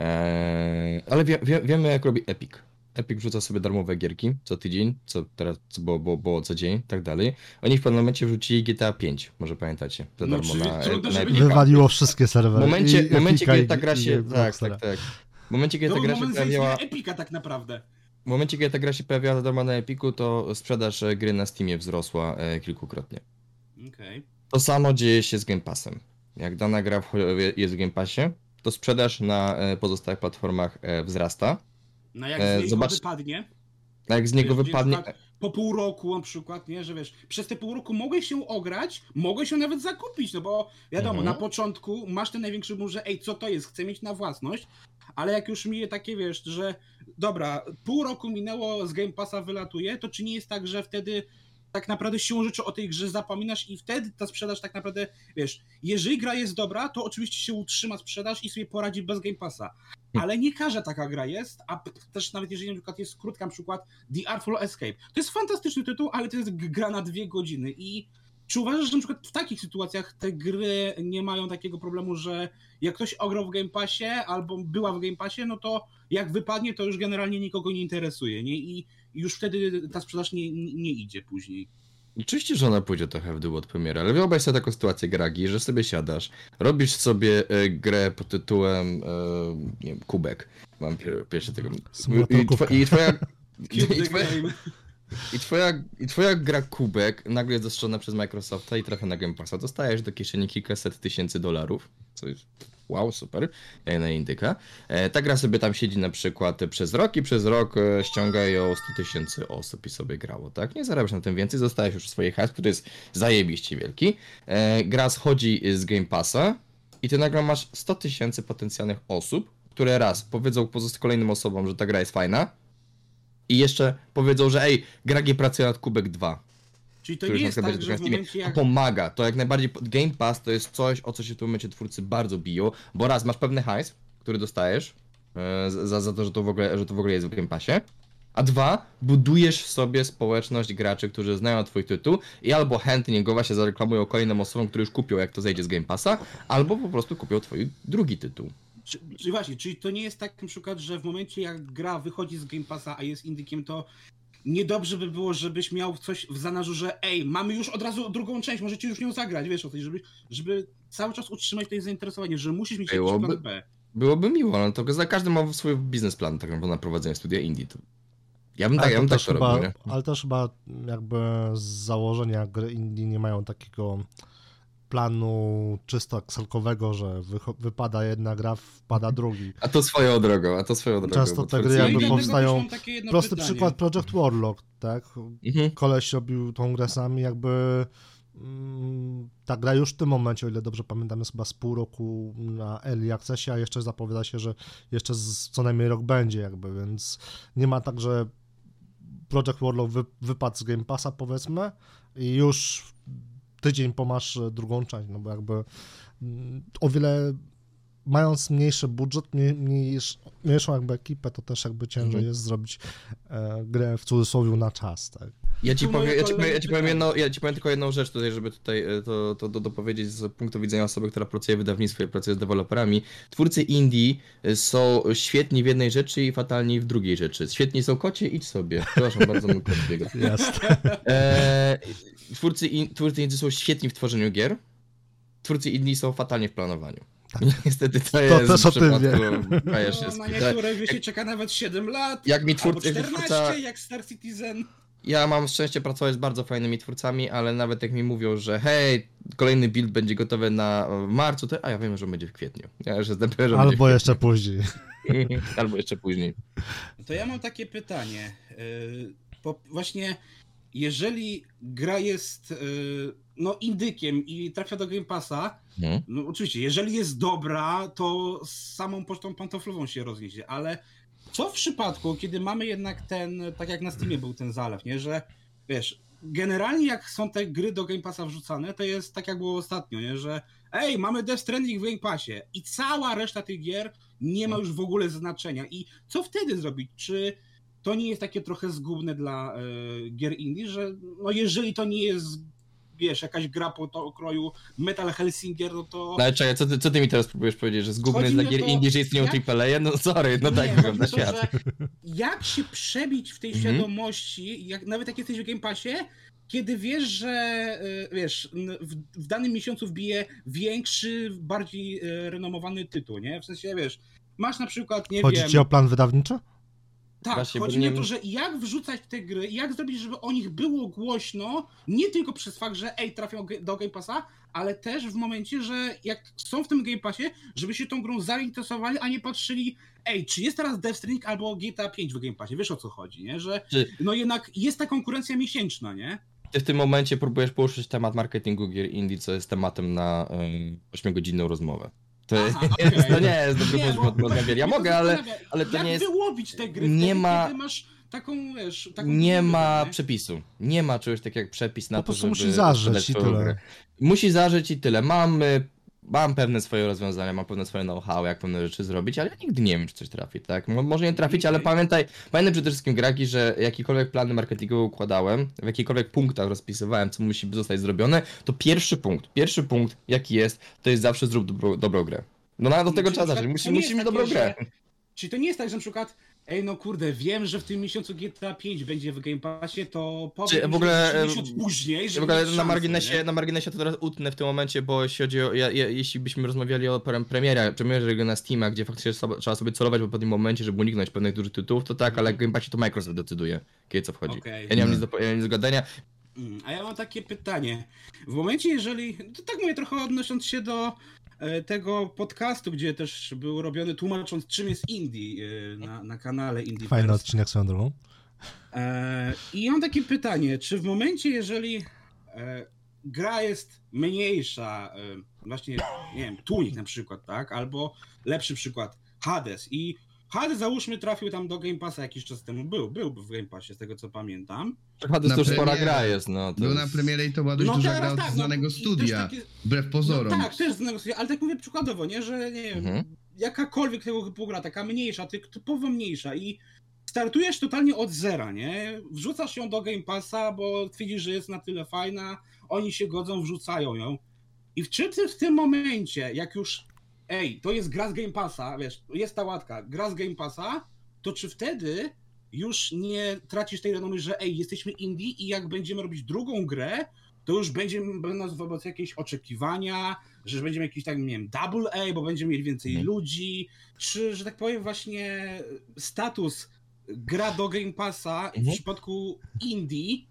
E, ale wie, wie, wiemy jak robi Epic. Epic wrzuca sobie darmowe gierki co tydzień, co teraz co było, było, było co dzień, tak dalej. Oni w pewnym momencie wrzucili G T A pięć, może pamiętacie, za No, darmo czyli na, trudno, na żeby Epica. nie- Wywaliło wszystkie W serwery. momencie, I w momencie Epica, kiedy i- ta gra i się, tak, Rockstara. tak, tak. W momencie kiedy To ta był gra się moment pojawiła, zaistnienia Epika tak naprawdę. w momencie kiedy ta gra się pojawiła za darmo na Epiku, to sprzedaż e, gry na Steamie wzrosła e, kilkukrotnie. Okej. To samo dzieje się z Game Passem. Jak dana gra wcho- jest w Game Passie, to sprzedaż na e, pozostałych platformach e, wzrasta. No jak E, z niego zobacz- wypadnie, A jak z niego wiesz, gdzie na wypadnie... przykład po pół roku na przykład, nie, że wiesz, przez te pół roku mogłeś się ograć, mogłeś się nawet zakupić, no bo wiadomo, Mhm. na początku masz ten największy ból, że ej, co to jest, chcę mieć na własność, ale jak już minie takie, wiesz, że dobra, pół roku minęło, z Game Passa wylatuje, to czy nie jest tak, że wtedy tak naprawdę siłą rzeczy o tej grze zapominasz i wtedy ta sprzedaż tak naprawdę, wiesz, jeżeli gra jest dobra, to oczywiście się utrzyma sprzedaż i sobie poradzi bez Game Passa. Ale nie każda taka gra jest, a p- też nawet jeżeli na przykład jest krótka, na przykład The Artful Escape. To jest fantastyczny tytuł, ale to jest g- gra na dwie godziny i czy uważasz, że na przykład w takich sytuacjach te gry nie mają takiego problemu, że jak ktoś ograł w Game Passie albo była w Game Passie, no to jak wypadnie, to już generalnie nikogo nie interesuje, nie? I już wtedy ta sprzedaż nie, nie nie idzie później. Oczywiście, że ona pójdzie trochę w dół od premiery, ale wyobraź sobie taką sytuację, Gragi, że sobie siadasz, robisz sobie e, grę pod tytułem, e, nie wiem, Kubek. Mam pier pierwszy tego... Symulator I, twa kubka. I twoja... Cube I the twoja, game. i, twoja, I twoja gra Kubek nagle jest zastrzelona przez Microsofta i trafia na Game Passa. Dostajesz do kieszeni kilkaset tysięcy dolarów, co jest wow, super, jak na indyka. E, ta gra sobie tam siedzi na przykład przez rok i przez rok e, ściąga ją sto tysięcy osób i sobie grało, tak? Nie zarabiasz na tym więcej, zostajesz już swoje hajs, który jest zajebiście wielki. E, gra schodzi z Game Passa i ty nagle masz sto tysięcy potencjalnych osób, które raz powiedzą pozost kolejnym osobom, że ta gra jest fajna i jeszcze powiedzą, że ej, Gragi pracuje nad Kubek dwa. Czyli to który nie już jest na tak, przykład że w będzie na momencie Steamie. jak... To pomaga, to jak najbardziej Game Pass to jest coś, o co się w tym momencie twórcy bardzo biją, bo raz masz pewny hajs, który dostajesz e, za, za to, że to, w ogóle, że to w ogóle jest w Game Passie, a dwa, budujesz sobie społeczność graczy, którzy znają twój tytuł i albo chętnie go właśnie zareklamują kolejnym osobom, które już kupią, jak to zejdzie z Game Passa, albo po prostu kupią twój drugi tytuł. Czy, czyli właśnie, czyli to nie jest tak na przykład, że w momencie jak gra wychodzi z Game Passa, a jest indykiem, to niedobrze by było, żebyś miał coś w zanadrzu, że ej, mamy już od razu drugą część, możecie już nią zagrać, wiesz o coś, żeby, żeby cały czas utrzymać to zainteresowanie, że musisz mieć jakiś Byłoby- plan B. Byłoby miło, ale to za każdy ma swój biznesplan tak naprawdę na prowadzenie studia indie. To... Ja bym tak, Ale ja bym to tak też to chyba, robił, nie? ale też chyba jakby z założenia gry indie nie mają takiego planu czysto excelkowego, że wycho- wypada jedna gra, wpada drugi. A to swoją drogą, a to swoją drogą. Często bo te twórcy- gry jakby No i dlatego powstają- też mam takie jedno Prosty pytanie. przykład Project Warlock, tak? Mhm. Koleś robił tą grę sami, jakby mm, ta gra już w tym momencie, o ile dobrze pamiętam, jest chyba z pół roku na Early Accessie, a jeszcze zapowiada się, że jeszcze z, co najmniej rok będzie jakby, więc nie ma tak, że Project Warlock wy, wypadł z Game Passa, powiedzmy, i już tydzień po masz drugą część, no bo jakby mm, o wiele mając mniejszy budżet, mniej, mniejsz, mniejszą jakby ekipę, to też jakby ciężej Mhm. jest zrobić e, grę w cudzysłowie na czas, tak? Ja ci, Tu powiem, moje ja, ci powiem, ja, kolejne ci powiem pytanie. jedno, ja ci powiem tylko jedną rzecz tutaj, żeby tutaj e, to, to do, dopowiedzieć z punktu widzenia osoby, która pracuje w wydawnictwie i pracuje z deweloperami. Twórcy indie e, są świetni w jednej rzeczy i fatalni w drugiej rzeczy. Świetni są kocie, idź sobie. Przepraszam bardzo, mój kot biega. Jest. E, twórcy, in, twórcy indie są świetni w tworzeniu gier. Twórcy indie są fatalnie w planowaniu. Niestety to jest też o w tym przypadku No, Bioshock. na niektóre gry się czeka nawet siedem lat, Jak mi albo twórcy, jak mi czternaście, twórca, jak Star Citizen. ja mam szczęście pracować z bardzo fajnymi twórcami, ale nawet jak mi mówią, że hej, kolejny build będzie gotowy na w marcu, to a ja wiem, że będzie w kwietniu. Ja już jestem pewien, że będzie Albo w jeszcze później. kwietniu. Albo jeszcze później. To ja mam takie pytanie. Yy, po, właśnie, jeżeli gra jest yy, no indykiem i trafia do Game Passa, Mhm. no oczywiście, jeżeli jest dobra, to z samą pocztą pantoflową się rozniesie, ale co w przypadku, kiedy mamy jednak ten, tak jak na Steamie był ten zalew, nie, że wiesz, generalnie jak są te gry do Game Passa wrzucane, to jest tak jak było ostatnio, nie, że ej, mamy Death Stranding w Game Passie i cała reszta tych gier nie ma już w ogóle znaczenia. I co wtedy zrobić? Czy to nie jest takie trochę zgubne dla y, gier indie, że no jeżeli to nie jest, wiesz, jakaś gra po to okroju Metal Hellsinger, no to... No ale czekaj, co ty, co ty mi teraz próbujesz powiedzieć, że zgubny Chodzi jest mi dla o gier to, indie, że istnieją jak- triple A? No sorry, no Nie, tak chodzi wygląda o to, świat. że jak się przebić w tej Mhm. świadomości, jak, nawet jak jesteś w Game Passie, kiedy wiesz, że y, wiesz, n- w, w danym miesiącu wbije większy, bardziej y, renomowany tytuł, nie? W sensie, wiesz, masz na przykład, nie Chodzi wiem... ci o plan wydawniczy? Tak, Właśnie, bo chodzi mi nie o to, wiem- że jak wrzucać te gry, jak zrobić, żeby o nich było głośno, nie tylko przez fakt, że ej, trafią ge- do Game Passa, ale też w momencie, że jak są w tym Game Passie, żeby się tą grą zainteresowali, a nie patrzyli, ej, czy jest teraz Death Stranding albo G T A pięć w Game Passie, wiesz o co chodzi, nie? Że Czy- no jednak jest ta konkurencja miesięczna, nie? Ty w tym momencie próbujesz poruszyć temat marketingu gier indie, co jest tematem na ośmiogodzinną rozmowę. To, Aha, jest, okej. to nie jest dobry Nie, pomysł bo- pod rozmowę gier. Ja mnie to mogę, ale, zastanawia, ale to jak nie jest... wyłowić te gry nie wtedy, ma- kiedy masz taką, wiesz, taką... Nie ma nie? przepisu. Nie ma czegoś takiego jak przepis na Po to, prostu żeby musi zażyć sprzedać i swoją tyle. grę. Musi zażyć i tyle. Mam, y, mam pewne swoje rozwiązania, mam pewne swoje know-how, jak pewne rzeczy zrobić, ale ja nigdy nie wiem, czy coś trafi, tak? Mo- Może nie trafić, ale pamiętaj, pamiętaj przede wszystkim, Gragi, że jakiekolwiek plany marketingowe układałem, w jakichkolwiek punktach rozpisywałem, co musi zostać zrobione, to pierwszy punkt, pierwszy punkt, jaki jest, to jest zawsze zrób dobro, dobrą grę. No nawet do tego Czyli trzeba na zacząć. przykład Musi, to nie musimy jest dobrą takie, grę. że- Czy to nie jest tak, że na przykład, ej no kurde, wiem, że w tym miesiącu G T A pięć będzie w Game Passie, to powiem, Czy w że ogóle, trzy em, miesiąc później, W żeby ogóle mieć na szansę, marginesie, nie? na marginesie to teraz utnę w tym momencie, bo jeśli chodzi o, ja, ja, jeśli byśmy rozmawiali o pre- premierze, premierze gry na Steama, gdzie faktycznie sobie, trzeba sobie celować w pewnym momencie, żeby uniknąć pewnych dużych tytułów, to tak, ale jak w Game Passie to Microsoft decyduje, kiedy co wchodzi. Okej. Ja nie mam No. nic do, ja nie mam nic do gadania. Mm, A ja mam takie pytanie. W momencie, jeżeli, to tak mówię trochę odnosząc się do e, tego podcastu, gdzie też był robiony tłumacząc czym jest indie e, na, na kanale Indie Fajny odcinek swoją drogą. E, I mam takie pytanie, czy w momencie, jeżeli e, gra jest mniejsza, e, właśnie, nie wiem, Tunic na przykład, tak, albo lepszy przykład, Hades i Hades załóżmy trafił tam do Game Passa jakiś czas temu, był, był w Game Passie z tego co pamiętam. Chyba to Na już spora premierę. gra jest, no. To Był na jest... premierę i to była dość No duża teraz gra od tak, no znanego i też studia, takie- wbrew pozorom. No tak, też z tego studia, ale tak mówię przykładowo, nie, że nie wiem, Mhm. jakakolwiek tego typu gra, taka mniejsza, ty- typowo mniejsza i startujesz totalnie od zera, nie? Wrzucasz ją do Game Passa, bo twierdzisz, że jest na tyle fajna, oni się godzą, wrzucają ją. I w czy ty w tym momencie, jak już, ej, to jest gra z Game Passa, wiesz, jest ta łatka, gra z Game Passa, to czy wtedy już nie tracisz tej renomy, że ej, jesteśmy indie i jak będziemy robić drugą grę, to już będzie, będą wobec jakieś oczekiwania, że będziemy jakiś tak, nie wiem, double A, bo będziemy mieli więcej Mhm. ludzi, czy, że tak powiem, właśnie status gra do Game Passa w Mhm. przypadku indie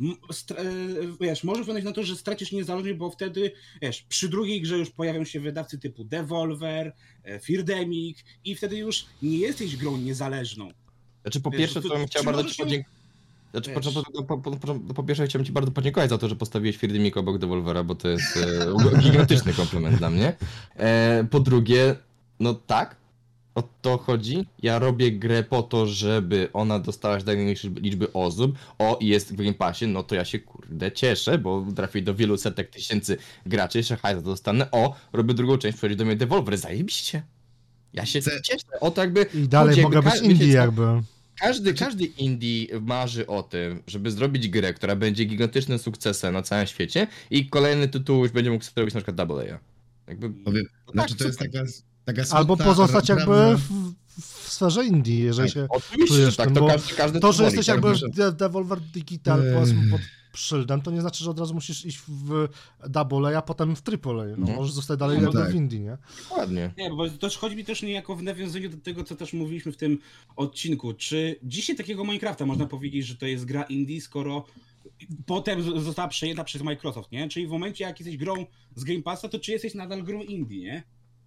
m- stra- e, wiesz, może wyglądać na to, że stracisz niezależność, bo wtedy, wiesz, przy drugiej grze już pojawią się wydawcy typu Devolver, e, Firdemic i wtedy już nie jesteś grą niezależną. Znaczy po Wiesz, pierwsze, to- to bym chciał czy bardzo możesz ci się- podziękować. Znaczy, po, Wiesz. po, po, po, po, po pierwsze chciałem ci bardzo podziękować za to, że postawiłeś Firdemika obok Devolvera, bo to jest e, gigantyczny komplement dla mnie. E, po drugie, no tak, o to chodzi. Ja robię grę po to, żeby ona dostała się do największej liczby osób. O, i jest w Game Passie, no to ja się kurde cieszę, bo trafię do wielu setek tysięcy graczy, jeszcze hajs za to dostanę. O, robię drugą część, przychodzi do mnie Devolver, zajebiście. Ja się Ce- cieszę. O to jakby... I dalej chodzi, mogę jakby być ka- wiecie indie co? jakby. Każdy, każdy indie marzy o tym, żeby zrobić grę, która będzie gigantycznym sukcesem na całym świecie i kolejny tytuł już będzie mógł sobie robić na przykład double A. Jakby... Powiem, No znaczy tak, to jest super. taka, taka Albo smutna pozostać jakby prawda. w, w sferze indie, jeżeli Tak, się oczywiście, czujesz że tak, tym, to bo każdy, każdy to, że woli, jesteś tak, jakby że- de- Devolver Digital, Ech. powiedzmy, pod szyldem, to nie znaczy, że od razu musisz iść w double A, a potem w triple A. No, Mhm. możesz zostać dalej No jakby tak. w indie, nie? Dokładnie. Nie, bo też chodzi mi też niejako w nawiązaniu do tego, co też mówiliśmy w tym odcinku. Czy dzisiaj takiego Minecrafta można powiedzieć, że to jest gra indie, skoro potem z- została przejęta przez Microsoft, nie? Czyli w momencie, jak jesteś grą z Game Passa, to czy jesteś nadal grą indie, nie?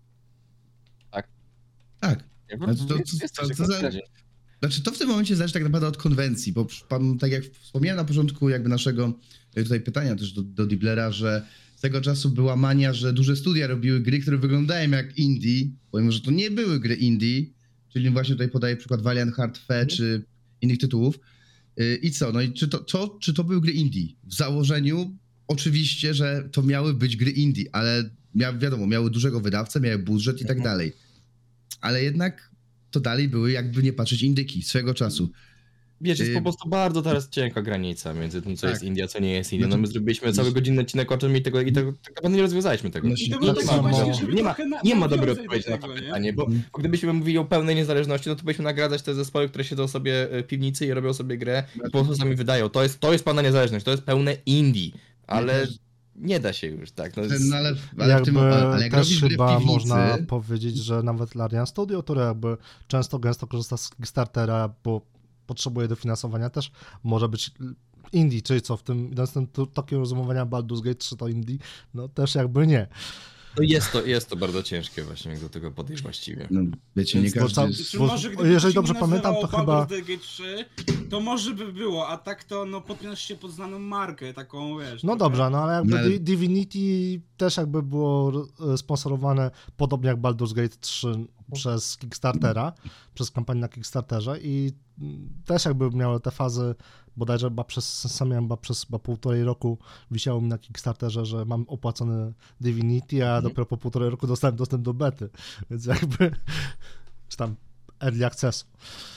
Tak. Znaczy, to- Jest- jest to- coś to takiego za- w zasadzie. Znaczy to w tym momencie zależy tak naprawdę od konwencji, bo przy- pan, tak jak wspomniałem na początku jakby naszego e, tutaj pytania też do, do Diblera, że z tego czasu była mania, że duże studia robiły gry, które wyglądają jak indie, pomimo, że to nie były gry indie, czyli właśnie tutaj podaję przykład Valiant Heart Fe czy innych tytułów. Y, I co? No i czy to, to, czy to były gry indie? W założeniu oczywiście, że to miały być gry indie, ale mia, wiadomo, miały dużego wydawcę, miały budżet i tak Mhm. dalej. Ale jednak to dalej były jakby nie patrzeć indyki swego czasu. Wiesz, jest Y- po prostu bardzo teraz cienka granica między tym, co Tak. jest India, co nie jest India. No Znaczy- my zrobiliśmy cały godzinny odcinek o czym i tego, i tego tak naprawdę nie rozwiązaliśmy tego. No I to Nie było ma- takie samo- właśnie, żeby Nie ma, trochę na- nie ma dobrej nawiązać do odpowiedzi na to tego, nie? pytanie, bo Mhm. gdybyśmy mówili o pełnej niezależności, no to byśmy nagradzać te zespoły, które siedzą sobie w piwnicy i robią sobie grę i po prostu sami wydają. To jest, to jest pełna niezależność, to jest pełne indie, ale też- nie da się już, tak. No, No, ale, ale w jakby tym, ale jak też robisz grę w chyba piwnicy, można powiedzieć, że nawet Larian Studio, które jakby często gęsto korzysta z Kickstartera, bo potrzebuje dofinansowania, też może być indie, czyli co, w tym idąc tym tu- tokiem rozumowania Baldur's Gate trzy to indie, no też jakby nie. no jest, to, jest to bardzo ciężkie właśnie, jak do tego podejść właściwie. no, wiecie, nie Więc to każdy... cał- Czy Bo- może gdyby jeżeli się dobrze nie pamiętam, to nazywało chyba- Baldur's Gate trzy, to może by było, a tak to no podpinasz się pod znaną markę, taką wiesz. No trochę- dobrze, no ale jakby No ale- Di- Divinity też jakby było e, sponsorowane podobnie jak Baldur's Gate trzy przez Kickstartera, przez kampanię na Kickstarterze i mm, też jakby miały te fazy, bodajże chyba przez, sam miałem chyba przez chyba półtorej roku wisiało mi na Kickstarterze, że mam opłacony Divinity, a dopiero po półtorej roku dostałem dostęp do bety, więc jakby, czy tam Early Access.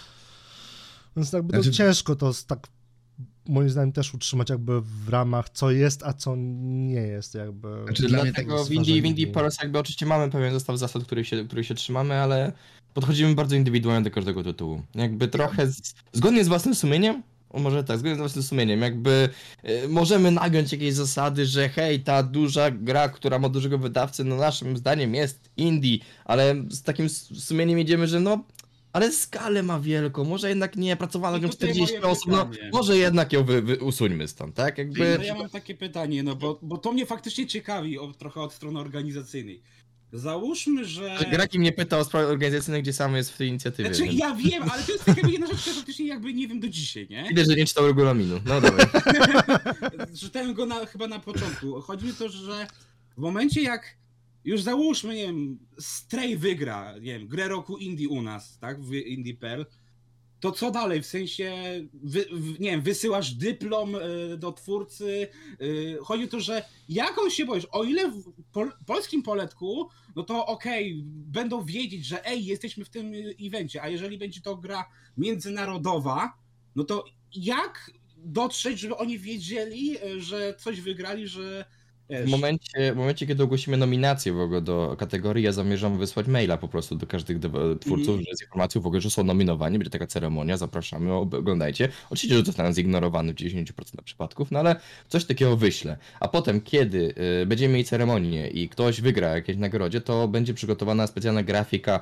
Więc jakby to Znaczy- ciężko to z tak moim zdaniem też utrzymać jakby w ramach co jest, a co nie jest jakby. Znaczy, dla mnie Dlatego tak w Indie, w Indie po raz jakby oczywiście mamy pewien zestaw zasad, których się, których się trzymamy, ale podchodzimy bardzo indywidualnie do każdego tytułu. Jakby trochę z, zgodnie z własnym sumieniem, o może tak, zgodnie z własnym sumieniem, jakby y, możemy nagiąć jakieś zasady, że hej, ta duża gra, która ma dużego wydawcę, no naszym zdaniem jest indie, ale z takim s- sumieniem idziemy, że no ale skalę ma wielką, może jednak nie, pracowało I ją tutaj czterdzieści moje osób, no pytanie. może jednak ją wy, wy, usuńmy stąd, tak? Jakby... No ja mam takie pytanie, no bo, bo to mnie faktycznie ciekawi o, trochę od strony organizacyjnej. Załóżmy, że... Graki mnie pyta o sprawy organizacyjne, gdzie sam jest w tej inicjatywie. Znaczy więc- ja wiem, ale to jest taka jedna rzecz, która faktycznie jakby nie wiem do dzisiaj, nie? Widać, że nie czytał regulaminu. No dobra. Czytałem go na, chyba na początku. Chodzi mi o to, że w momencie jak już załóżmy, nie wiem, Stray wygra, nie wiem, grę roku Indie u nas, tak, w Indie punkt p l, to co dalej? W sensie, wy, w, nie wiem, wysyłasz dyplom y, do twórcy. Y, chodzi o to, że jak on się boisz, o ile w pol, polskim poletku, no to okej, będą wiedzieć, że ej, jesteśmy w tym y, evencie, a jeżeli będzie to gra międzynarodowa, no to jak dotrzeć, żeby oni wiedzieli, y, że coś wygrali, że W wiesz, momencie, w momencie, kiedy ogłosimy nominację w ogóle do kategorii, ja zamierzam wysłać maila po prostu do każdych dewe- twórców, Mhm. że z informacją w ogóle, że są nominowani, będzie taka ceremonia, zapraszamy, ob- oglądajcie. Oczywiście, że zostaną zignorowany w dziewięćdziesiąt procent przypadków, no ale coś takiego wyślę. A potem, kiedy y, będziemy mieli ceremonię i ktoś wygra jakieś nagrodzie, to będzie przygotowana specjalna grafika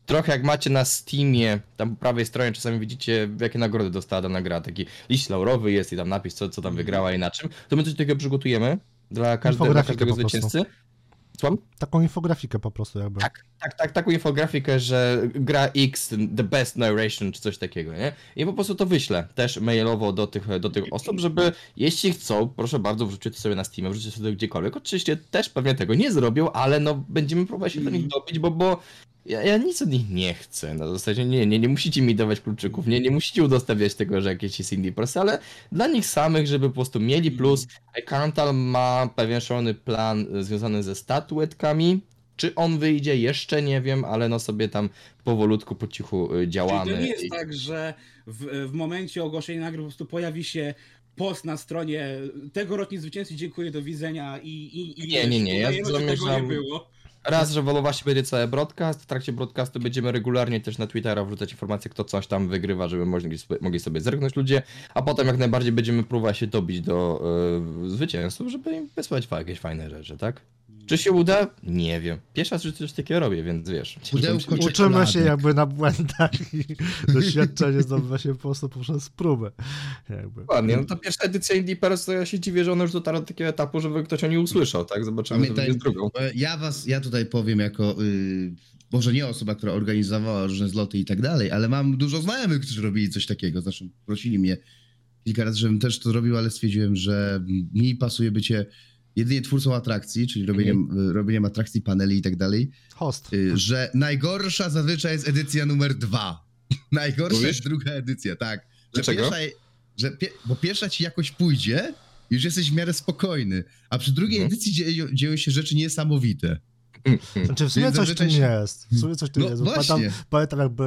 trochę jak macie na Steamie, tam po prawej stronie czasami widzicie, jakie nagrody dostała dana gra, taki liść laurowy jest i tam napis, co, co tam wygrała i na czym, to my coś takiego przygotujemy dla, każde, dla Infografikę każdego po prostu. zwycięzcy. Słucham? Taką infografikę po prostu jakby. Tak, tak, tak, taką infografikę, że gra X, the best narration, czy coś takiego, nie? I po prostu to wyślę też mailowo do tych, do tych osób, żeby jeśli chcą, proszę bardzo, wrzućcie to sobie na Steamie, wrzućcie sobie gdziekolwiek. Oczywiście też pewnie tego nie zrobią, ale no będziemy próbować się do nich dobić, bo, bo ja, ja nic od nich nie chcę. Na zasadzie nie, nie, nie musicie mi dawać kluczyków, nie, nie musicie udostępniać tego, że jakieś jest indie press, ale dla nich samych, żeby po prostu mieli plus. Kantal ma pewien szalony plan związany ze statuetkami. Czy on wyjdzie? Jeszcze nie wiem, ale no sobie tam powolutku, po cichu y, działamy. Czyli to nie jest I- tak, że w, w momencie ogłoszenia nagród po prostu pojawi się post na stronie tegoroczni zwycięzcy, dziękuję, do widzenia i, i, i Nie, nie, nie, ja udajemy, że tego nie zamierzam- było. Raz, że właśnie będzie cały broadcast, w trakcie broadcastu będziemy regularnie też na Twittera wrzucać informacje, kto coś tam wygrywa, żeby mogli sobie, mogli sobie zerknąć ludzie, a potem jak najbardziej będziemy próbować się dobić do y, zwycięzców, żeby im wysłać fa- jakieś fajne rzeczy, tak? Czy się uda? Nie wiem. Pierwszy raz, że coś takiego robię, więc wiesz. Pudełko Musimy- Uczymy się czekoladek. jakby na błędach i doświadczenie zdobywa się po prostu poprzez próbę. Jakby. Dokładnie, no ta pierwsza edycja Indie Press, to ja się dziwię, że ona już dotarła do takiego etapu, żeby ktoś o niej usłyszał, tak? Zobaczymy, co Pamiętaj, będzie z drugą. e, ja was, ja tutaj powiem jako, y, może nie osoba, która organizowała różne zloty i tak dalej, ale mam dużo znajomych, którzy robili coś takiego, zresztą prosili mnie kilka razy, żebym też to robił, ale stwierdziłem, że mi pasuje bycie jedynie twórcą atrakcji, czyli robieniem, y, robieniem atrakcji, paneli i tak dalej, Host. y, że najgorsza zazwyczaj jest edycja numer dwa. Najgorsza Mówisz? jest druga edycja, tak. Że Dlaczego? Pierwsza, że pie, bo pierwsza ci jakoś pójdzie, już jesteś w miarę spokojny, a przy drugiej Mhm. edycji dzieją, dzieją się rzeczy niesamowite. Znaczy w sumie Więc coś w tym zazwyczaj się- jest. W sumie coś w tym No jest. Bo Pamiętam, właśnie. pamiętam jakby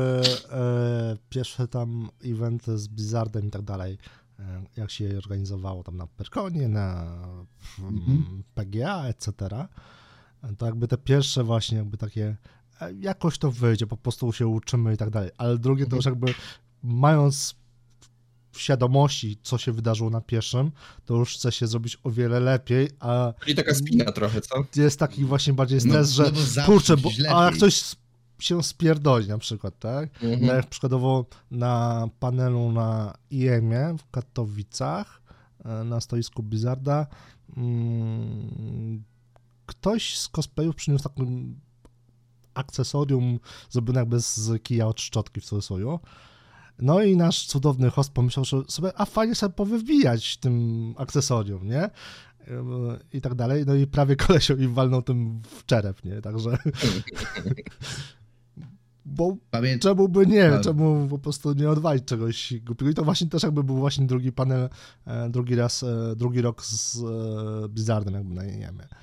e, pierwsze tam eventy z Blizzardem i tak dalej, e, jak się je organizowało tam na Perkonie, na mm, Mhm. P G A, et cetera. To jakby te pierwsze właśnie jakby takie e, jakoś to wyjdzie, po prostu się uczymy i tak dalej. Ale drugie to już jakby mając w świadomości, co się wydarzyło na pierwszym, to już chce się zrobić o wiele lepiej, a Czyli taka spina trochę, co? jest taki właśnie bardziej No, stres, że no bo zawsze kurczę, bo, gdzieś a jak lepiej. coś s- się spierdoli na przykład, tak? Mhm. No jak przykładowo na panelu na I E M ie w Katowicach, e, na stoisku Blizzarda, mm, ktoś z cosplayów przyniósł takie akcesorium zrobione jakby z kija od szczotki w cudzysłowie. No i nasz cudowny host pomyślał, że sobie, a fajnie sobie powybijać tym akcesorium, nie? I tak dalej. No i prawie kolesio i walnął tym w czerep, nie? Także... Bo Pamię... czemu by nie? Ale- Czemu po prostu nie odwalić czegoś głupiego? I to właśnie też jakby był właśnie drugi panel, e, drugi raz, e, drugi rok z e, Blizzardem jakby na I E M ie.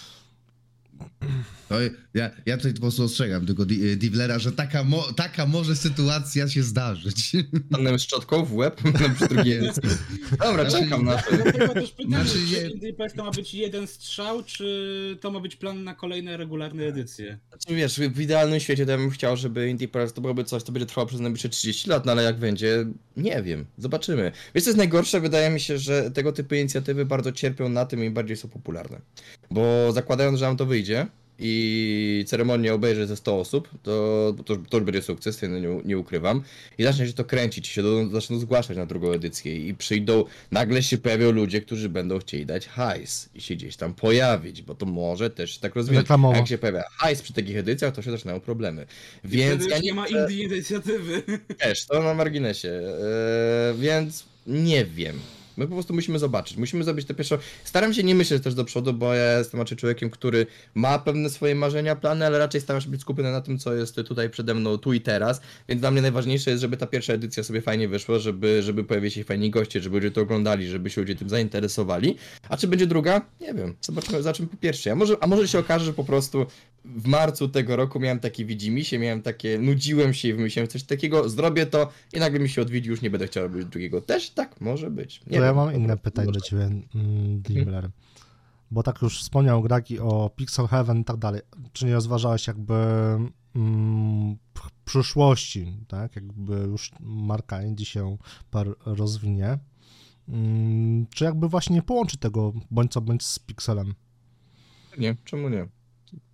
To ja, ja tutaj po prostu ostrzegam tego Di- Divlera, że taka, mo, taka może sytuacja się zdarzyć. Panem szczotką w łeb przy drugiej edycji. Dobra, Znaczy, czekam na to. Dlatego też pytam, Znaczy, czy nie- Indie Press to ma być jeden strzał, czy to ma być plan na kolejne regularne edycje? Znaczy, wiesz, w idealnym świecie to ja bym chciał, żeby Indie Press to byłoby coś, co będzie trwało przez najbliższe trzydzieści lat, no ale jak będzie, nie wiem, zobaczymy. Wiesz co jest najgorsze? Wydaje mi się, że tego typu inicjatywy bardzo cierpią na tym, im bardziej są popularne. Bo zakładając, że nam to wyjdzie i ceremonię obejrzy ze sto osób, to, to, to już będzie sukces, ja nie, nie ukrywam. I zacznie się to kręcić, się do, zaczną zgłaszać na drugą edycję i przyjdą, nagle się pojawią ludzie, którzy będą chcieli dać hajs i się gdzieś tam pojawić, bo to może też się tak rozwinąć. A Reklamowo. jak się pojawia hajs przy takich edycjach, to się zaczynają problemy. I Więc wtedy ja już nie nie ma chcę- indie inicjatywy. też, to na marginesie. Eee, więc nie wiem. My po prostu musimy zobaczyć. Musimy zrobić te pierwsze. Staram się nie myśleć też do przodu, bo ja jestem raczej człowiekiem, który ma pewne swoje marzenia, plany, ale raczej staram się być skupiony na tym, co jest tutaj przede mną, tu i teraz. Więc dla mnie najważniejsze jest, żeby ta pierwsza edycja sobie fajnie wyszła, żeby, żeby pojawili się fajni goście, żeby ludzie to oglądali, żeby się ludzie tym zainteresowali. A czy będzie druga? Nie wiem. Zobaczymy, zobaczymy po pierwszej. A może, a może się okaże, że po prostu w marcu tego roku miałem takie widzimisię, miałem takie, nudziłem się i wymyśliłem coś takiego, zrobię to i nagle mi się odwiedzi, już nie będę chciał robić drugiego. Też tak może być. Nie To ja wiem, mam po inne prostu pytanie do może. ciebie, mm, Dimler. Bo tak już wspomniał Gragi o Pixel Heaven i tak dalej. Czy nie rozważałeś jakby mm, p- przyszłości, tak? Jakby już marka Indie się par rozwinie. Mm, czy jakby właśnie nie połączy tego bądź co bądź z Pixelem? Nie, czemu nie?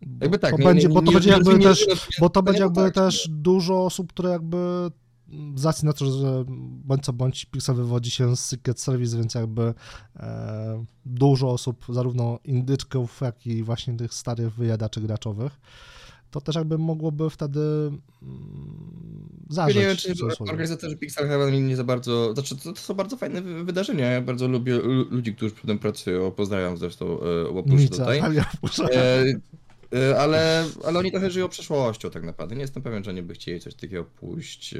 Jakby tak, to nie- będzie, nie- bo to nie- będzie nie jakby rozumiem, też, że- bo to nie, będzie no jakby tak, też dużo osób, które jakby z racji na to, że bądź co bądź Pixel wywodzi się z Secret Service, więc jakby e, dużo osób, zarówno indyczków, jak i właśnie tych starych wyjadaczy graczowych, to też jakby mogłoby wtedy mm, Ja zażyć. nie wiem, czy w cudzysłowie. organizatorzy Pixel Heaven nie za bardzo, znaczy to, to są bardzo fajne wy- wydarzenia, ja bardzo lubię lu- ludzi, którzy przy tym pracują, pozdrawiam zresztą e, łopuszy Nica, tutaj, Alia Pusza. e, e, ale, ale oni trochę żyją przeszłością tak naprawdę, nie jestem pewien, że oni by chcieli coś takiego pójść e,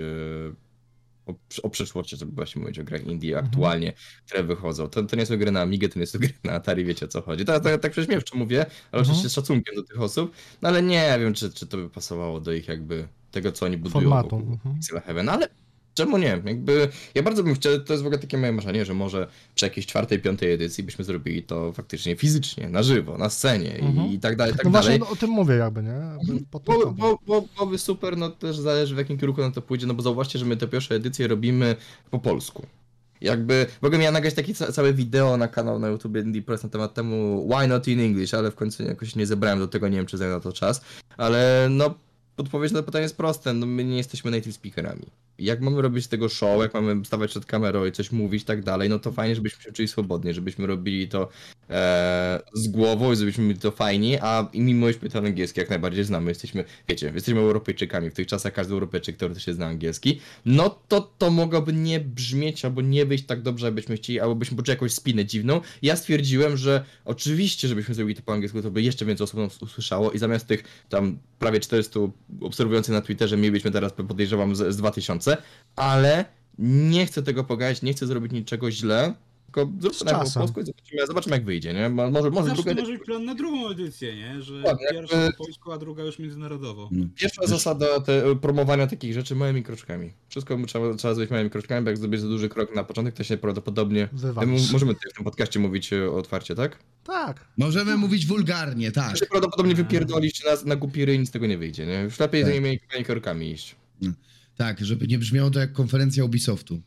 o, o przeszłości, żeby właśnie mówić o grach indie Mhm. aktualnie, które wychodzą. To, to nie są gry na Amigę, to nie są gry na Atari, wiecie o co chodzi. To, to, tak prześmiewczo mówię, ale Mhm. oczywiście z szacunkiem do tych osób, no ale nie wiem, czy, czy to by pasowało do ich jakby tego, co oni budują Formatu, wokół mhm. Pixel Heaven, ale czemu nie? Jakby ja bardzo bym chciał, to jest w ogóle takie moje marzenie, że może przy jakiejś czwartej, piątej edycji byśmy zrobili to faktycznie fizycznie, na żywo, na scenie Mhm. i, i tak dalej, tak No właśnie dalej. no, o tym mówię jakby, nie? Jakby po tym Bo, kątem. bo, bo, byłoby super, no też zależy w jakim kierunku na to pójdzie, no bo zauważcie, że my te pierwsze edycje robimy po polsku. Jakby, mogę miał nagrać takie ca- całe wideo na kanał na YouTube Indie Press na temat temu Why Not in English, ale w końcu jakoś nie zebrałem do tego, nie wiem czy zajmę na to czas, ale no odpowiedź na to pytanie jest proste, no my nie jesteśmy native speakerami. Jak mamy robić z tego show, jak mamy stawać przed kamerą i coś mówić i tak dalej, no to fajnie, żebyśmy się czuli swobodnie, żebyśmy robili to e, z głową i żebyśmy mieli to fajnie, a i mimo iż my to angielski jak najbardziej znamy, jesteśmy, wiecie, jesteśmy Europejczykami, w tych czasach każdy Europejczyk teoretycznie zna angielski, no to to mogłoby nie brzmieć albo nie wyjść tak dobrze, jakbyśmy chcieli, albo byśmy poczuli jakąś spinę dziwną. Ja stwierdziłem, że oczywiście, żebyśmy zrobili to po angielsku, to by jeszcze więcej osób nas usłyszało i zamiast tych tam prawie czterystu obserwujących na Twitterze mielibyśmy teraz, podejrzewam, z, z dwa tysiące, ale nie chcę tego pogadać, nie chcę zrobić niczego źle, tylko zrób to na po czasem. polsku i zobaczymy, zobaczymy jak wyjdzie, nie? Mo- Może, może Zawsze druga... to może być plan na drugą edycję, nie? Że Dokładnie, pierwsza jakby- po polsku, a druga już międzynarodowo. No. Pierwsza zasada te, promowania takich rzeczy małymi kroczkami. Wszystko trzeba, trzeba zrobić małymi kroczkami, bo jak zrobisz za duży krok na początek, to się prawdopodobnie... Wywalisz. M- Możemy tutaj w tym podcaście mówić e, otwarcie, tak? Tak. Możemy mówić wulgarnie, tak. To się prawdopodobnie wypierdolisz na, na głupi ryj, nic z tego nie wyjdzie, nie? Już lepiej Tak. z tymi małymi krokami iść. Tak, żeby nie brzmiało to jak konferencja Ubisoftu.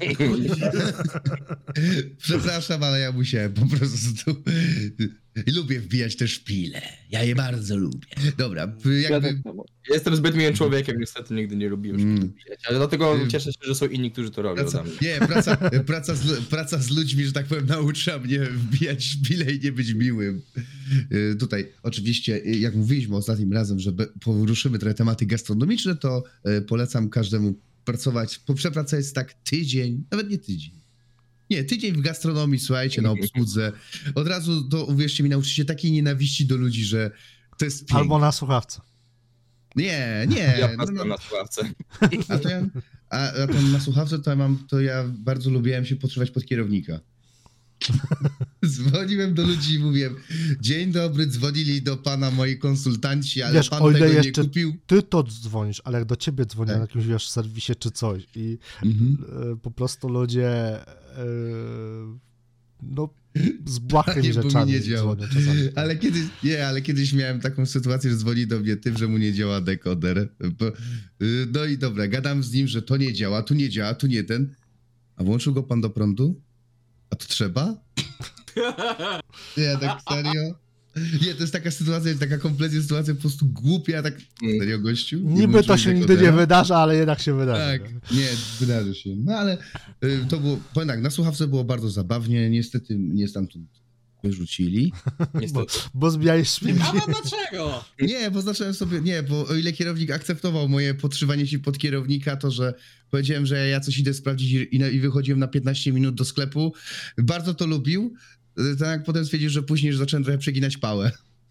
Przepraszam, ale ja musiałem po prostu... Lubię wbijać te szpile. Ja je bardzo lubię. Dobra, Ja jakby... tak samo. Ja jestem zbyt miłym człowiekiem, niestety nigdy nie lubiłem się Mm. podbijać, ale dlatego Y- cieszę się, że są inni, którzy to robią Praca, za mnie. nie, praca, praca, z, lu- praca z ludźmi, że tak powiem, naucza mnie wbijać szpile i nie być miłym. Y, Tutaj oczywiście, y, jak mówiliśmy ostatnim razem, że be- poruszymy trochę tematy gastronomiczne, to y, polecam każdemu pracować, po przepraca jest tak tydzień, nawet nie tydzień. Nie, tydzień w gastronomii, słuchajcie, na obsłudze. Od razu, to uwierzcie mi, nauczycie takiej nienawiści do ludzi, że to jest piękne. Albo na słuchawce. Nie, nie. Ja no, pracuję no. na słuchawce. A to ja, a, a to na słuchawce to ja mam, to ja bardzo lubiłem się podszywać pod kierownika. Dzwoniłem do ludzi i mówiłem, dzień dobry, dzwonili do pana moi konsultanci, ale Wiesz, pan o ile tego nie jeszcze kupił. ty to dzwonisz, ale jak do ciebie dzwonią Tak. na jakimś, wiesz, serwisie czy coś i Mhm. e, po prostu ludzie e, no z błahymi Nie, bo mi rzeczami nie działa. dzwonią czasami. Ale kiedyś, nie, ale kiedyś miałem taką sytuację, że dzwoni do mnie tym, że mu nie działa dekoder. Bo, y, no i dobra, gadam z nim, że to nie działa, tu nie działa, tu nie ten. A włączył go pan do prądu? A to trzeba? Nie, tak serio? Nie, to jest taka sytuacja, taka kompletnie sytuacja po prostu głupia, tak serio gościu? Nie Niby to włączyłeś się nigdy dekodera? nie wydarza, ale jednak się wydarzy. Tak, nie? nie, wydarzy się. No ale y, to było, powiem tak, na słuchawce było bardzo zabawnie, niestety mnie stamtąd wyrzucili. Niestety. Bo zbijałeś szpilki. A no dlaczego? Nie, bo zacząłem sobie, nie, bo o ile kierownik akceptował moje podszywanie się pod kierownika, to że powiedziałem, że ja coś idę sprawdzić i, i wychodziłem na piętnaście minut do sklepu, bardzo to lubił, tak jak potem stwierdził, że później że zacząłem trochę przeginać pałę.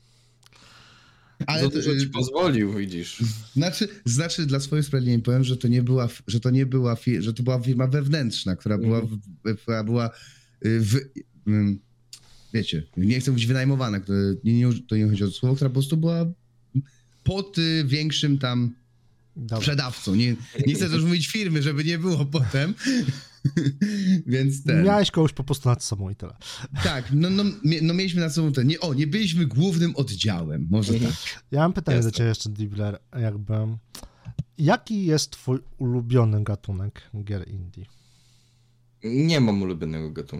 Ale Ale to dużo ci y, pozwolił, widzisz. Znaczy, znaczy dla swojej sprawiedliwej powiem, że to nie była, f- że to nie była, fi- że to była firma wewnętrzna, która była, w, w- która była y, w, ym, wiecie, nie chcę mówić wynajmowana, które, nie, nie, to nie chodzi o to słowo, która po prostu była pod y, większym tam Dobra. sprzedawcą. Nie, nie chcę też mówić firmy, żeby nie było potem. Więc ten. Miałeś kogoś po prostu nad sobą i tyle. Tak, no, no, mie- no mieliśmy na sobą ten. Nie, o, nie byliśmy głównym oddziałem. Może Mhm. tak. Ja mam pytanie Jasne. do ciebie jeszcze, Dibler, jakby jaki jest twój ulubiony gatunek gier indie? Nie mam ulubionego gatunku.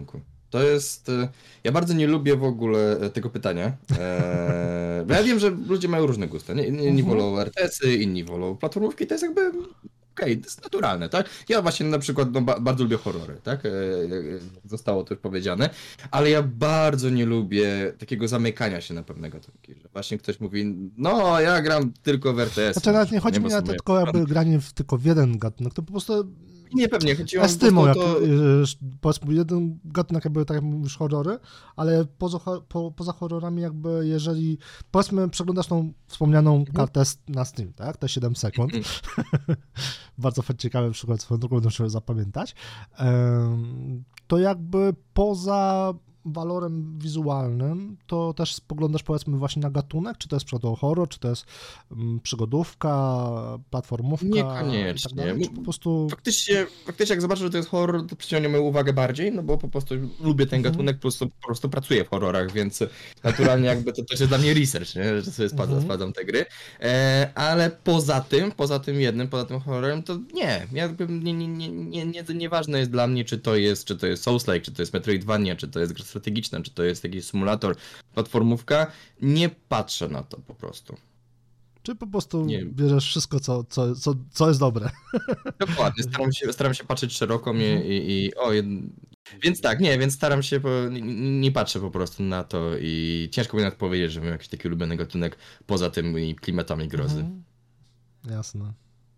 To jest... e, Ja bardzo nie lubię w ogóle e, tego pytania, e, bo ja wiem, że ludzie mają różne gusty, nie? Inni Mhm. wolą er te esy, inni wolą platformówki, to jest jakby... Okej, to jest naturalne, tak? Ja właśnie na przykład no, ba bardzo lubię horrory, tak? E, e, Zostało to już powiedziane, ale ja bardzo nie lubię takiego zamykania się na pewne gatunki, że właśnie ktoś mówi, no ja gram tylko w er te esy. Znaczy nawet nie chodzi bo mi na są to moje tylko jakby granie w tylko w jeden gatunek, to po prostu Nie, pewnie, chodziło po estymą, jak prostu o to... y, powiedzmy jeden gatunek jakby tak jak mówisz horrory, ale poza, ho- po, poza horrorami jakby jeżeli powiedzmy przeglądasz tą wspomnianą kartę s- na Steam, tak, te siedem sekund, bardzo ciekawy przykład, swoją drogą muszę zapamiętać, em, to jakby poza walorem wizualnym, to też spoglądasz powiedzmy właśnie na gatunek, czy to jest przykładowo horror, czy to jest mm, przygodówka, platformówka Niekoniecznie. i tak dalej, czy po prostu... Faktycznie, faktycznie jak zobaczę, że to jest horror, to przyciągnie moją uwagę bardziej, no bo po prostu lubię ten Mhm. gatunek, po prostu, po prostu pracuję w horrorach, więc naturalnie jakby to też jest dla mnie research, nie? Że sobie spada, Mhm. spadam te gry. E, ale poza tym, poza tym jednym, poza tym horrorem, to nie. Jakby nie, nie, nie, nie, nie, nieważne jest dla mnie, czy to jest, czy to jest Souls-like, czy to jest Metroidvania, czy to jest gra strategiczna, czy to jest jakiś symulator, platformówka. Nie patrzę na to po prostu. Czy po prostu Nie. bierzesz wszystko, co, co, co, co jest dobre. Dokładnie, staram się, staram się patrzeć szeroko i, Mhm. i, i o, jed... więc tak, nie, więc staram się, po, nie, nie patrzę po prostu na to i ciężko mi nawet powiedzieć, że mam jakiś taki ulubiony gatunek poza tym i klimatami grozy. Mhm. Jasne.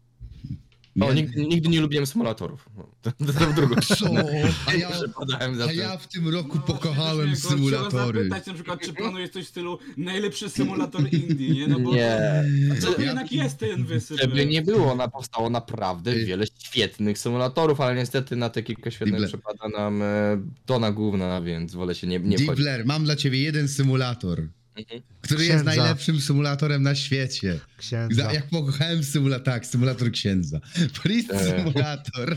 O, nigdy, nigdy nie lubiłem symulatorów. To, to, to w drugą Co? A ja, Przepadałem za a tym. ja w tym roku No, pokochałem właśnie, jako Trzeba symulatory. zapytać na przykład, czy planujesz coś w stylu najlepszy symulator indie, nie? No bo Nie. to, to Ja- jednak jest ten wysyp. Żeby nie było, na, powstało naprawdę Ty. wiele świetnych symulatorów, ale niestety na te kilka świetnych Dible. przypada nam e, tona gówna, więc wolę się nie, nie wchodzić. Dibler, mam dla ciebie jeden symulator, Mhm. który Księdza. jest najlepszym symulatorem na świecie. Księdza. Za- Jak pokochałem symulator, tak, symulator księdza. Priest Eee. Simulator.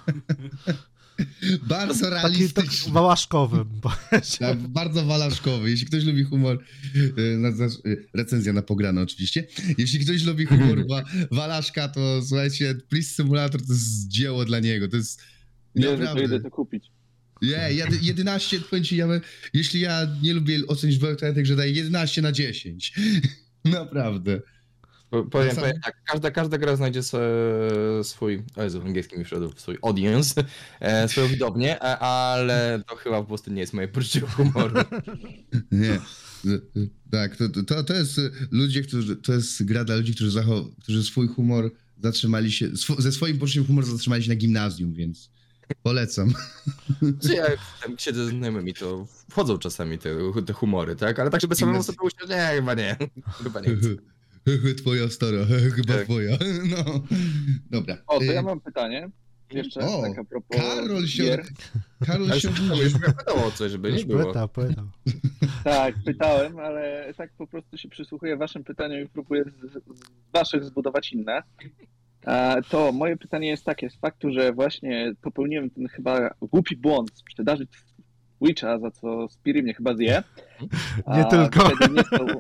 Bardzo Taki tak realistyczny. wałaszkowy. bo- Tak, bardzo walaszkowy. Jeśli ktoś lubi humor, y, na, za- y, recenzja na pograne oczywiście. Jeśli ktoś lubi humor wa, walaszka, to słuchajcie, Priest Simulator to jest dzieło dla niego. To jest Nie, że to naprawdę... idę to kupić. Nie, ja, jedenaście, powiem ci, ja, jeśli ja nie lubię ocenić Wojtek, że daję jedenaście na dziesięć. Naprawdę. Po- Powiem, Sam- powiem tak, każda, każda gra znajdzie se, swój, o Jezu, w angielskim mi wszedł, swój audience, e, swoją widownię, a, ale to chyba po prostu nie jest moje poczucie humoru. Nie. Y, y, Tak, to, to, to jest y, ludzie, którzy, to jest gra dla ludzi, którzy, zachow, którzy swój humor zatrzymali się, swo, ze swoim poczuciem humoru zatrzymali się na gimnazjum, więc polecam. Czy ja jak tam siedzę z znajomymi, to wchodzą czasami te, te humory, tak? Ale tak, żeby samemu sobie usiąść, nie, chyba nie, chyba nie. Twoja stara, chyba Tak. twoja. No. Dobra. O, to Y, ja mam pytanie. Jeszcze O, tak a propos Karol się, gier. Karol Ale się już, już mnie pytało o coś, żeby nie Już było. pytał, pytał. Tak, pytałem, ale tak po prostu się przysłuchuję waszym pytaniom i próbuję z, z waszych zbudować inne. E, To moje pytanie jest takie, z faktu, że właśnie popełniłem ten chyba głupi błąd sprzedaży Switcha, za co Spiri mnie chyba zje. A Nie tylko. Wtedy nie stał,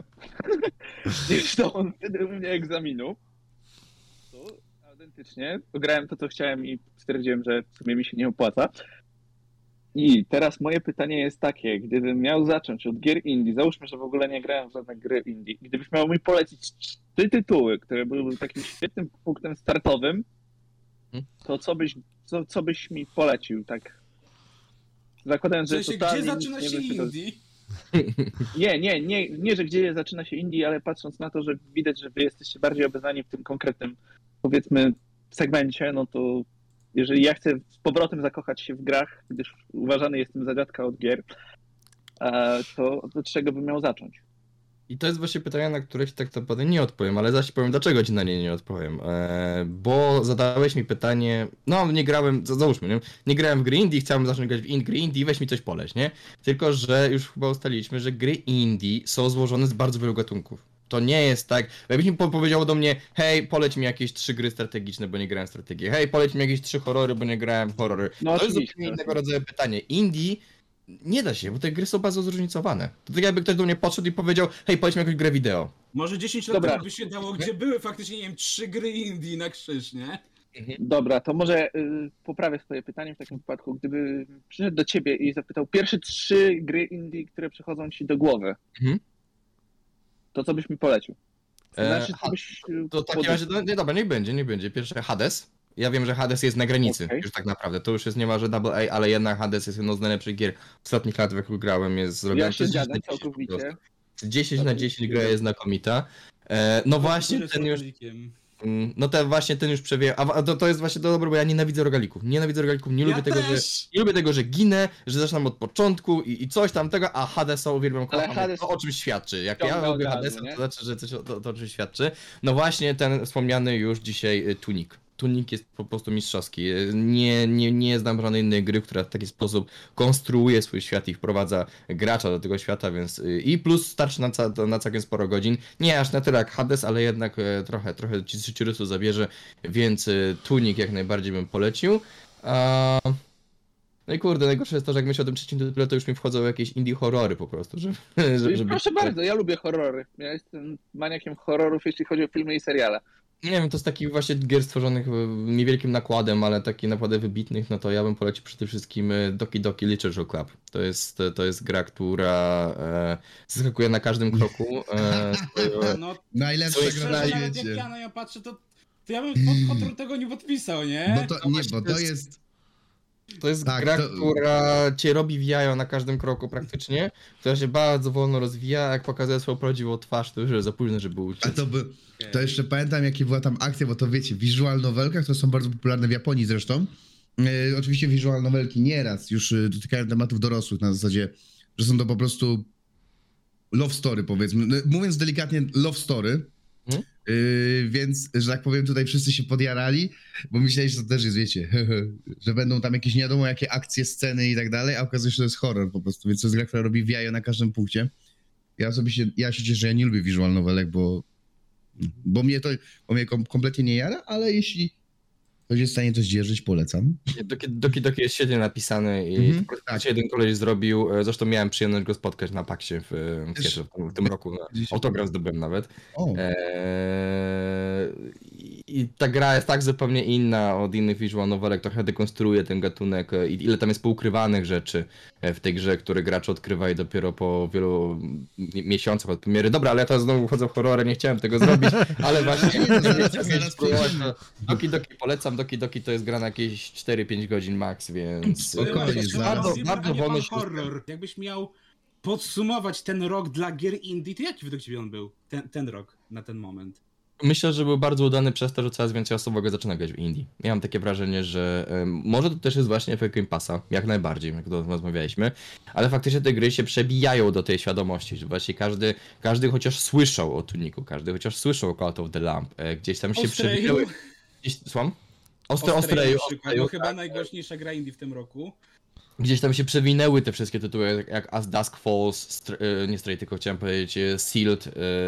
nie stał on wtedy u mnie egzaminu. To autentycznie ograłem to, co chciałem i stwierdziłem, że w sumie mi się nie opłaca. I teraz moje pytanie jest takie, gdybym miał zacząć od gier indie, załóżmy, że w ogóle nie grałem w żadne gry indie, gdybyś miał mi polecić trzy tytuły, które byłyby takim świetnym punktem startowym, to co byś, co, co byś mi polecił, tak? Zakładając, W że sensie, gdzie totalnie zaczyna nic się nie wiem, czego- indie? Nie, nie, nie, nie, że gdzie zaczyna się indie, ale patrząc na to, że widać, że wy jesteście bardziej obeznani w tym konkretnym, powiedzmy, segmencie, no to jeżeli ja chcę z powrotem zakochać się w grach, gdyż uważany jestem za dziadka od gier, e, to od czego bym miał zacząć? I to jest właśnie pytanie, na które ci tak naprawdę nie odpowiem, ale zaś powiem, dlaczego ci na nie nie odpowiem. Eee, bo zadałeś mi pytanie, no nie grałem, z- załóżmy, nie, nie grałem w gry indie, chciałem zacząć grać w in, gry indie, weź mi coś poleć, nie? Tylko, że już chyba ustaliliśmy, że gry indie są złożone z bardzo wielu gatunków. To nie jest tak, jakbyś mi po- powiedział do mnie, hej, poleć mi jakieś trzy gry strategiczne, bo nie grałem w strategię, hej, poleć mi jakieś trzy horrory, bo nie grałem w horrory. No to jest oczywiście. zupełnie innego rodzaju pytanie. Indie nie da się, bo te gry są bardzo zróżnicowane. To tak jakby ktoś do mnie podszedł i powiedział, hej, poleć mi jakąś grę wideo. Może dziesięć lat Dobra. temu by się dało, gdzie były faktycznie, nie wiem, trzy gry indie na krzyż, nie? Mhm. Dobra, to może y, poprawię swoje pytanie w takim wypadku. Gdyby przyszedł do ciebie i zapytał pierwsze trzy gry indie, które przychodzą ci do głowy, Mhm. to co byś mi polecił? E, Znaczy, co ha- byś... y, To w takim pod- razie, no, nie dobra, niech będzie, niech będzie. Pierwsze Hades. Ja wiem, że Hades jest na granicy, Okej. już tak naprawdę. To już jest niemalże double A, ale jednak Hades jest jedną z najlepszych gier ostatnich lat, w jaką grałem. Jest zrobiona Ja się to jest zgadzam dziesięć na dziesięć po całkowicie. prostu. dziesięć na dziesięć gra jest znakomita. E, no właśnie, Które z ten już... rogalikiem. mm, No ten właśnie, ten już przewie... A to, to jest właśnie to dobre, bo ja nienawidzę rogalików. Nienawidzę rogalików, nie Ja lubię tego, że... też! Nie lubię tego, że ginę, że zaczynam od początku i, i coś tam tego, a Hadesa uwielbiam, Ale kocham, Hades to o czym świadczy. Jak ściąga ja lubię od razu, Hadesa, nie? to znaczy, że coś o, to, to o czym świadczy. No właśnie ten wspomniany już dzisiaj y, Tunic. Tunic jest po prostu mistrzowski. Y, Nie, nie, nie znam żadnej innej gry, która w taki sposób konstruuje swój świat i wprowadza gracza do tego świata, więc y, i plus starczy na, ca, na całkiem sporo godzin. Nie aż na tyle jak Hades, ale jednak y, trochę, trochę ci życiorysu zabierze, więc y, Tunic jak najbardziej bym polecił. A... No i kurde, najgorsze jest to, że jak myślę o tym trzecim tytule, to już mi wchodzą jakieś indie horrory po prostu, żeby... żeby Proszę bardzo, ja lubię horrory. Ja jestem maniakiem horrorów, jeśli chodzi o filmy i seriale. Nie wiem, to z takich właśnie gier stworzonych e, niewielkim nakładem, ale takich naprawdę wybitnych, no to ja bym polecił przede wszystkim e, Doki Doki Literature Club. To jest, e, to jest gra, która e, zaskakuje na każdym kroku. E, swoją- No, Najlepsza Co gra jest na szczerze, nawet jak świecie. ja na nią patrzę, to, to ja bym pod, pod tego nie podpisał, nie? Bo to, No nie, właśnie, bo to to jest- jest... To jest Tak, gra, to- która cię robi w jajo na każdym kroku praktycznie, która się bardzo wolno rozwija, a jak pokazuje swoją prawdziwą twarz, to już jest za późno, żeby A uciec. to by... To jeszcze pamiętam, jakie była tam akcja, bo to wiecie, visual novelka, które są bardzo popularne w Japonii zresztą. E, oczywiście visual novelki nieraz już e, dotykają tematów dorosłych na zasadzie, że są to po prostu love story, powiedzmy. No, mówiąc delikatnie, love story. Mhm. E, więc, że tak powiem, tutaj wszyscy się podjarali, bo myśleli, że to też jest, wiecie, że będą tam jakieś nie wiadomo jakie akcje, sceny i tak dalej, a okazuje się, że to jest horror po prostu, więc to jest gra, która robi w jajo na każdym punkcie. Ja osobiście, ja się cieszę, że ja nie lubię visual novelek, bo bo mnie to bo mnie kom, kompletnie nie jara, ale jeśli ktoś jest w stanie to zdzierżyć, polecam. Doki Doki, Doki jest świetnie napisany i Mhm, to tak. tak. jeden koleś zrobił, e, zresztą miałem przyjemność go spotkać na Paksie w, w, Też- w, tym, w tym roku, no, Gdzieś- autograf zdobyłem nawet. O, Eee, I ta gra jest tak zupełnie inna od innych visual novelek, trochę dekonstruuje ten gatunek e, i ile tam jest poukrywanych rzeczy e, w tej grze, które gracz odkrywa i dopiero po wielu mi- miesiącach od premiery. Dobra, ale ja teraz znowu wchodzę w horror, nie chciałem tego zrobić, ale właśnie Nie, no, zaraz- nie chciałem zaraz spróbować, przejdziemy. to Doki Doki polecam, Doki Doki to jest gra na jakieś cztery pięć godzin max, więc Spokojnie, e, zaraz. bardzo, Zimmer, bardzo a nie wolno pan się horror. Jakbyś miał podsumować ten rok dla gier indie, to jaki według ciebie on był? Ten, ten rok, na ten moment. Myślę, że był bardzo udany przez to, że coraz więcej osób w ogóle zaczyna grać w indie. Ja mam takie wrażenie, że em, może to też jest właśnie efekt Game Passa, jak najbardziej, jak to rozmawialiśmy, ale faktycznie te gry się przebijają do tej świadomości, że właśnie każdy, każdy chociaż słyszał o Tuniku, każdy chociaż słyszał o Cult of the Lamp, e, gdzieś tam się Ostreju. przebijały. Gdzieś, słucham? Ostre, Ostreju Ostreju, na przykład, Ostreju, no chyba tak. najgłośniejsza gra indie w tym roku. Gdzieś tam się przewinęły te wszystkie tytuły, jak- jak As Dusk Falls, str- e, nie Stray, tylko chciałem powiedzieć e, Sealed. e,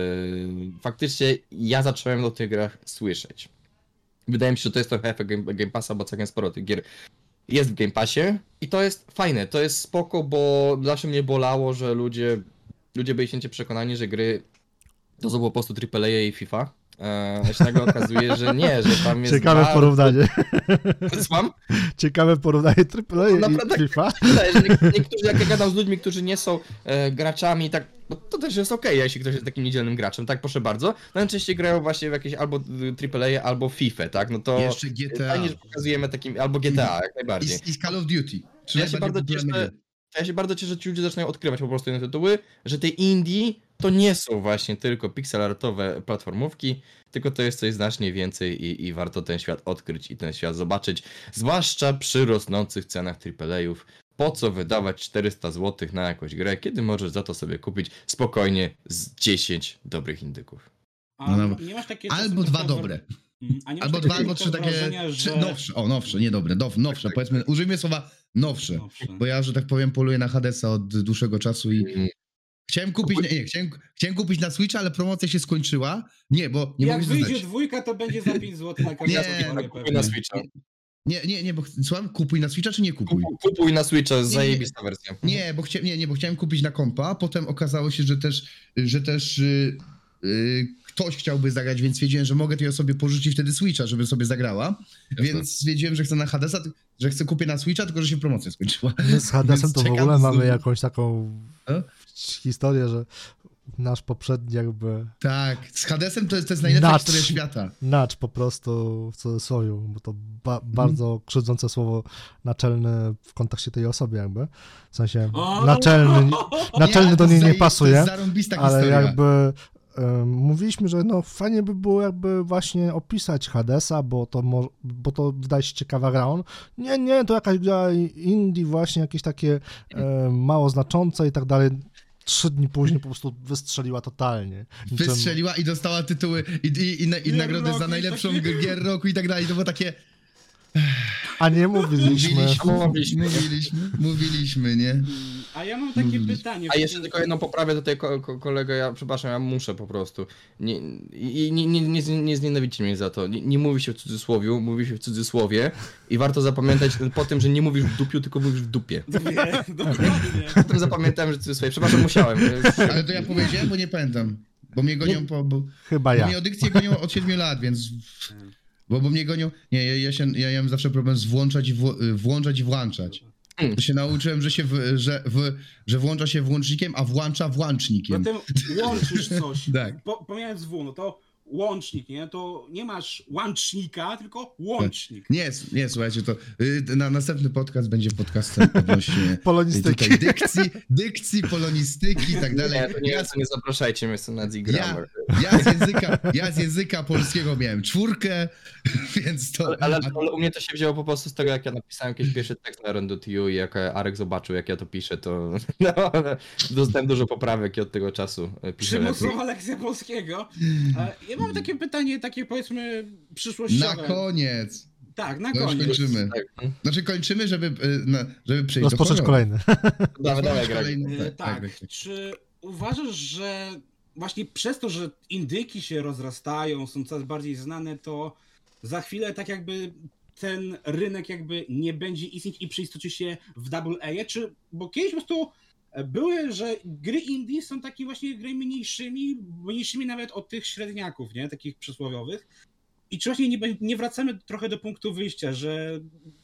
Faktycznie ja zacząłem o tych grach słyszeć. Wydaje mi się, że to jest trochę efekt Game, Game Passa, bo całkiem sporo tych gier jest w Game Passie i to jest fajne, to jest spoko, bo zawsze mnie bolało, że ludzie, ludzie byli święcie przekonani, że gry to są po prostu triple A i FIFA. E, a się nagle okazuje, że nie, że tam jest Ciekawe bardzo... porównanie. Słucham? Ciekawe porównanie triple A No, i naprawdę- FIFA. Wydaje, że niek- niektórzy, jak ja gadam z ludźmi, którzy nie są e, graczami, tak, no, to też jest okej, jeśli ktoś jest takim niedzielnym graczem, tak, proszę bardzo. Najczęściej grają właśnie w jakieś albo triple A, albo FIFA, tak, no to jeszcze G T A fajnie, że pokazujemy takim, albo G T A, jak i, najbardziej. i z Call of Duty. Trzy Ja się najbardziej bardzo popularne cieszę, gry. ja się bardzo cieszę, że ci ludzie zaczynają odkrywać po prostu inne tytuły, że te indie to nie są właśnie tylko pixelartowe platformówki, tylko to jest coś znacznie więcej i, i warto ten świat odkryć i ten świat zobaczyć, zwłaszcza przy rosnących cenach triple A-ów. Po co wydawać czterysta złotych na jakąś grę, kiedy możesz za to sobie kupić spokojnie z dziesięć dobrych indyków. A No, no. nie masz takie Albo czasem dwa takiego dobre. Mm, a nie masz Albo takiego dwa, albo trzy takie wrażenia, trzy, że... nowsze. O, nowsze, nie dobre, dow, nowsze, powiedzmy, użyjmy słowa nowsze. Nowsze. Bo ja, że tak powiem, poluję na Hadesa od dłuższego czasu i Mm. chciałem kupić, nie, nie chciałem, chciałem kupić na Switcha, ale promocja się skończyła. Nie, bo nie Jak mogę się wyjdzie zdać. dwójka, to będzie za pięć złotych na każdą Nie, stronę no, Kupuj pewnie. na Switcha. Nie, nie, nie, bo ch- słucham, kupuj na Switcha czy nie kupuj? Kupuj, kupuj na Switcha, nie. zajebista wersja. Nie, bo chciałem, nie, nie, bo chciałem kupić na kompa, potem okazało się, że też, że też yy, yy, ktoś chciałby zagrać, więc wiedziałem, że mogę tej osobie pożyczyć wtedy Switcha, żeby sobie zagrała, więc stwierdziłem, że chcę na Hadesa, że chcę kupić na Switcha, tylko że się promocja skończyła. My z Hadesem Więc to w czekam ogóle z- mamy jakąś taką E? historię, że nasz poprzedni jakby Tak, z Hadesem to jest, to jest najlepsza Nacz. historia świata. nacz po prostu w cudzysłowie, bo to ba- bardzo krzywdzące słowo naczelne w kontekście tej osoby jakby. W sensie O! naczelny, naczelny Nie, do to niej nie jest zaje- pasuje, To jest zarąbista ale historia. jakby em, mówiliśmy, że no fajnie by było jakby właśnie opisać Hadesa, bo to, mo- bo to wydaje się ciekawa gra. On, nie, nie, to jakaś gra indie właśnie, jakieś takie e, mało znaczące i tak dalej. Trzy dni później po prostu wystrzeliła totalnie. Niczym- Wystrzeliła i dostała tytuły i, i, i, na- i Gier nagrody roku za i najlepszą takie- gier roku i tak dalej. To było takie... A nie mówiliśmy. Mówiliśmy, Mówiliśmy. mówiliśmy, mówiliśmy, nie? A ja mam takie Mówiliśmy. pytanie. A jeszcze tylko jedną poprawę tutaj ko- ko- kolego, ja przepraszam, ja muszę po prostu. Nie, i- nie, nie, nie, z- nie znienawidzicie mnie za to. Nie, nie mówi się w cudzysłowiu, mówi się w cudzysłowie i warto zapamiętać po tym, że nie mówisz w dupiu, tylko mówisz w dupie. Wie, dokładnie. Potem zapamiętałem, że cudzysłowie. Przepraszam, musiałem. Ale to ja powiedziałem, bo nie pamiętam. Bo mnie gonią po... Bo, Chyba bo ja. mnie audykcje gonią od siedmiu lat, więc... Bo, bo mnie gonią... Nie, ja, ja, się, ja, ja mam zawsze problem z włączać i wło- włączać i włączać. To się nauczyłem, że się w, że, w, że włącza się włącznikiem, a włącza włącznikiem. Zatem łączysz coś. Tak. Po, pomijając W, no to łącznik, nie? To nie masz łącznika, tylko łącznik. Nie, s- nie, słuchajcie, to y, na następny podcast będzie podcastem odnośnie Polonistyki. tutaj dykcji, dykcji, polonistyki i tak dalej. Nie, to nie, Ja, to nie zapraszajcie mnie, jestem Nazi ja, Grammar. ja, z języka, ja z języka polskiego miałem czwórkę, więc to... Ale, ale, ale u mnie to się wzięło po prostu z tego, jak ja napisałem jakiś pierwszy tekst na Run dot U i jak Arek zobaczył, jak ja to piszę, to no, dostałem dużo poprawek i od tego czasu e, piszę lepiej. Przymusowa lekcja polskiego. A ja mam takie pytanie, takie powiedzmy Na przyszłościowe. koniec. Tak, na To już koniec. kończymy. Tak. Znaczy kończymy, żeby, y, na, żeby przejść Rozpocząć do horroru. kolejny. Dawaj, dawaj, Greg. Kolejny, E, tak, Tak. tak, tak. Czy uważasz, że właśnie przez to, że indyki się rozrastają, są coraz bardziej znane, to za chwilę tak jakby ten rynek jakby nie będzie istnieć i przeistoczy się w double A? Czy, bo kiedyś po prostu były, że gry indie są takie właśnie gry mniejszymi, mniejszymi nawet od tych średniaków, nie? Takich przysłowiowych. I czy właśnie nie, be- nie wracamy trochę do punktu wyjścia, że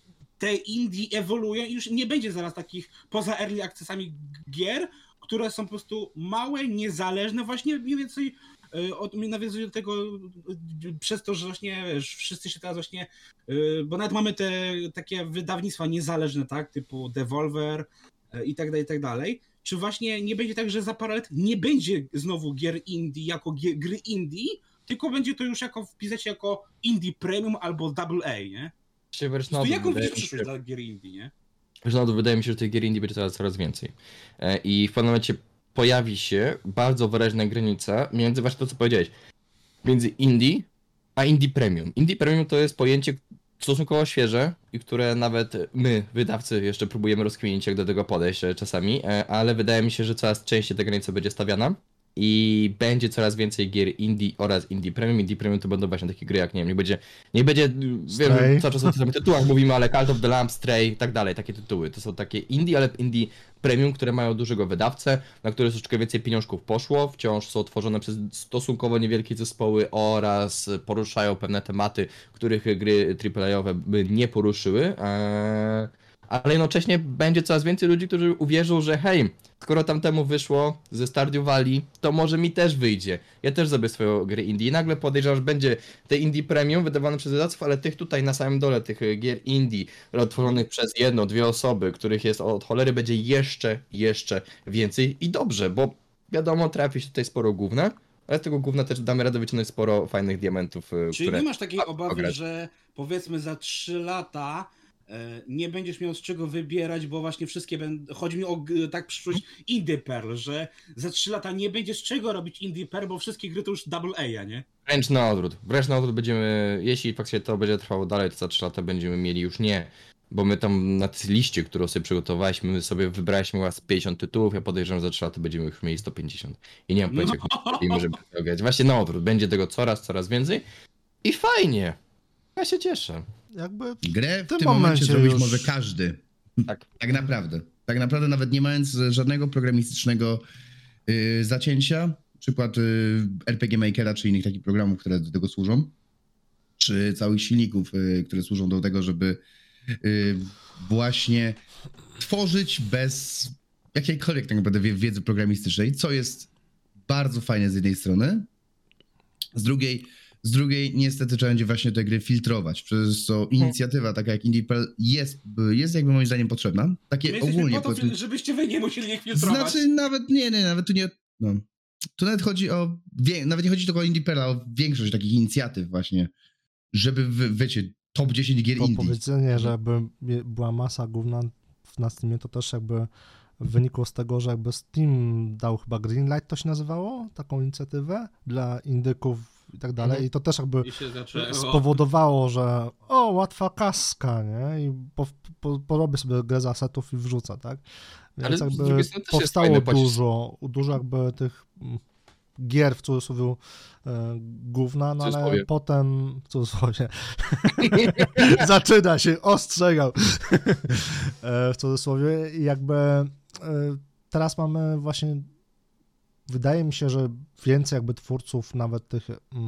te indie ewoluują i już nie będzie zaraz takich poza early accessami gier, które są po prostu małe, niezależne, właśnie mniej więcej y, od, nawiązuję do tego y, przez to, że właśnie wiesz, wszyscy się teraz właśnie, y, bo nawet mamy te takie wydawnictwa niezależne, tak, typu Devolver y, i tak dalej, i tak dalej. Czy właśnie nie będzie tak, że za parę lat nie będzie znowu gier indie jako gier, gry indie, tylko będzie to już jako wpisać jako indie premium albo double A, nie? Się wręcz To na odwrót, jaką wydaje widzisz mi się- przyszłość dla gier indie, nie? Wręcz na odwrót, wydaje mi się, że tych gier indie będzie coraz, coraz więcej. E, I w pewnym momencie pojawi się bardzo wyraźna granica między właśnie to, co powiedziałeś, między indie a indie premium. Indie premium to jest pojęcie stosunkowo świeże i które nawet my, wydawcy, jeszcze próbujemy rozkminić, jak do tego podejść e, czasami, e, ale wydaje mi się, że coraz częściej ta granica będzie stawiana i będzie coraz więcej gier indie oraz indie premium. Indie premium to będą właśnie takie gry jak, nie wiem, nie będzie, nie będzie, wiem, Stray. że cały czas o tych samych tytułach mówimy, ale Cult of the Lamb, Stray i tak dalej, takie tytuły. To są takie indie, ale indie premium, które mają dużego wydawcę, na które troszeczkę więcej pieniążków poszło, wciąż są tworzone przez stosunkowo niewielkie zespoły oraz poruszają pewne tematy, których gry triplejowe by nie poruszyły, eee, ale jednocześnie będzie coraz więcej ludzi, którzy uwierzą, że hej, skoro tamtemu wyszło ze Stardew Valley, to może mi też wyjdzie. Ja też zrobię swoją grę indie. I nagle podejrzewam, że będzie te indie premium wydawane przez wydawców, ale tych tutaj na samym dole, tych gier indie, tworzonych przez jedno, dwie osoby, których jest od cholery, będzie jeszcze, jeszcze więcej. I dobrze, bo wiadomo, trafi się tutaj sporo gówna, ale z tego gówna też damy radę wyciągnąć sporo fajnych diamentów, y, Czyli które... nie masz takiej a, obawy, ograć. że powiedzmy za trzy lata e, nie będziesz miał z czego wybierać, bo właśnie wszystkie będą. Chodzi mi o g- tak przyszłość Indie Pearl, że za trzy lata nie będzie z czego robić Indie Pearl, bo wszystkie gry to już double A, nie? Wręcz na odwrót. Wręcz na odwrót będziemy, jeśli faktycznie to będzie trwało dalej, to za trzy lata będziemy mieli już nie. Bo my tam na tej liście, którą sobie przygotowaliśmy, my sobie wybraliśmy chyba z pięćdziesiąt tytułów, ja podejrzewam, że za trzy lata będziemy już mieli sto pięćdziesiąt. I nie mam pojęcia, No. jak możemy to grać. Właśnie na odwrót. Będzie tego coraz, coraz więcej. I fajnie. Ja się cieszę. Jakby Grę w tym tym momencie momencie zrobić już- może każdy. Tak. Tak naprawdę. Tak naprawdę nawet nie mając żadnego programistycznego yy, zacięcia, przykład y, R P G Makera czy innych takich programów, które do tego służą, czy całych silników, y, które służą do tego, żeby y, właśnie tworzyć bez jakiejkolwiek tak naprawdę wie- wiedzy programistycznej, co jest bardzo fajne z jednej strony, z drugiej, z drugiej niestety trzeba będzie właśnie te gry filtrować, przez co inicjatywa taka jak IndiePrel jest, jest jakby moim zdaniem potrzebna. My Takie jesteśmy ogólnie. po to, po- żebyście wy nie musieli ich filtrować. Znaczy nawet, nie, nie, nawet tu nie, no. Tu nawet chodzi o, wie, nawet nie chodzi tylko o IndiePrela, o większość takich inicjatyw właśnie, żeby, wy, wiecie, top dziesięć gier Bo indie. powiedzenie, że jakby mie- była masa gówna w- na Steamie, to też jakby wynikło z tego, że jakby Steam dał chyba Greenlight, to się nazywało, taką inicjatywę dla indyków i tak dalej, Mhm. i to też jakby I się zaczęło. spowodowało, że o, łatwa kaska, nie? I po, po, porobię sobie grę z asetów i wrzucę, tak? Więc Ale z jakby drugiej strony też jest powstało fajne, płacisz- dużo, dużo jakby tych mm, gier w cudzysłowie e, gówna, no ale Cudzysłowie. potem w cudzysłowie zaczyna się, ostrzegał e, w cudzysłowie i jakby e, teraz mamy właśnie, wydaje mi się, że więcej jakby twórców, nawet tych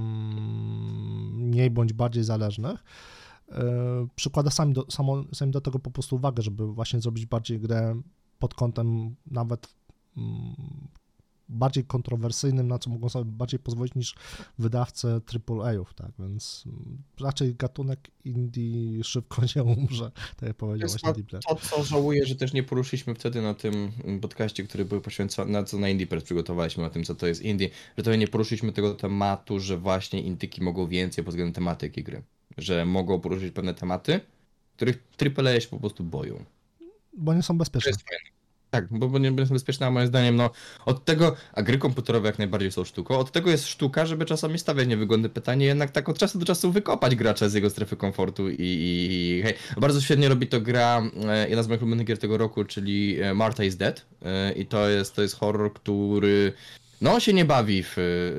mm, mniej bądź bardziej zależnych, e, przykłada sami do, samo, sami do tego po prostu uwagę, żeby właśnie zrobić bardziej grę pod kątem nawet mm, bardziej kontrowersyjnym, na co mogą sobie bardziej pozwolić niż wydawcy triple A-ów, tak, więc mm, raczej gatunek indie szybko nie umrze, tak jak powiedział jest właśnie Dibler. To, co żałuję, że też nie poruszyliśmy wtedy na tym podcaście, który był poświęcony, na co na IndiePress przygotowaliśmy, o tym, co to jest indie, że to nie poruszyliśmy tego tematu, że właśnie indyki mogą więcej pod względem tematyki gry. Że mogą poruszyć pewne tematy, których triple A się po prostu boją. Bo nie są To bezpieczne. jest fajne. Tak, bo, bo nie są bezpieczne, a moim zdaniem, no, od tego, a gry komputerowe jak najbardziej są sztuką, od tego jest sztuka, żeby czasami stawiać niewygodne pytanie, jednak tak od czasu do czasu wykopać gracza z jego strefy komfortu i, i, i hej, bardzo świetnie robi to gra, e, jedna z moich ulubionych gier tego roku, czyli e, Martha is Dead e, i to jest, to jest horror, który no się nie bawi w, e,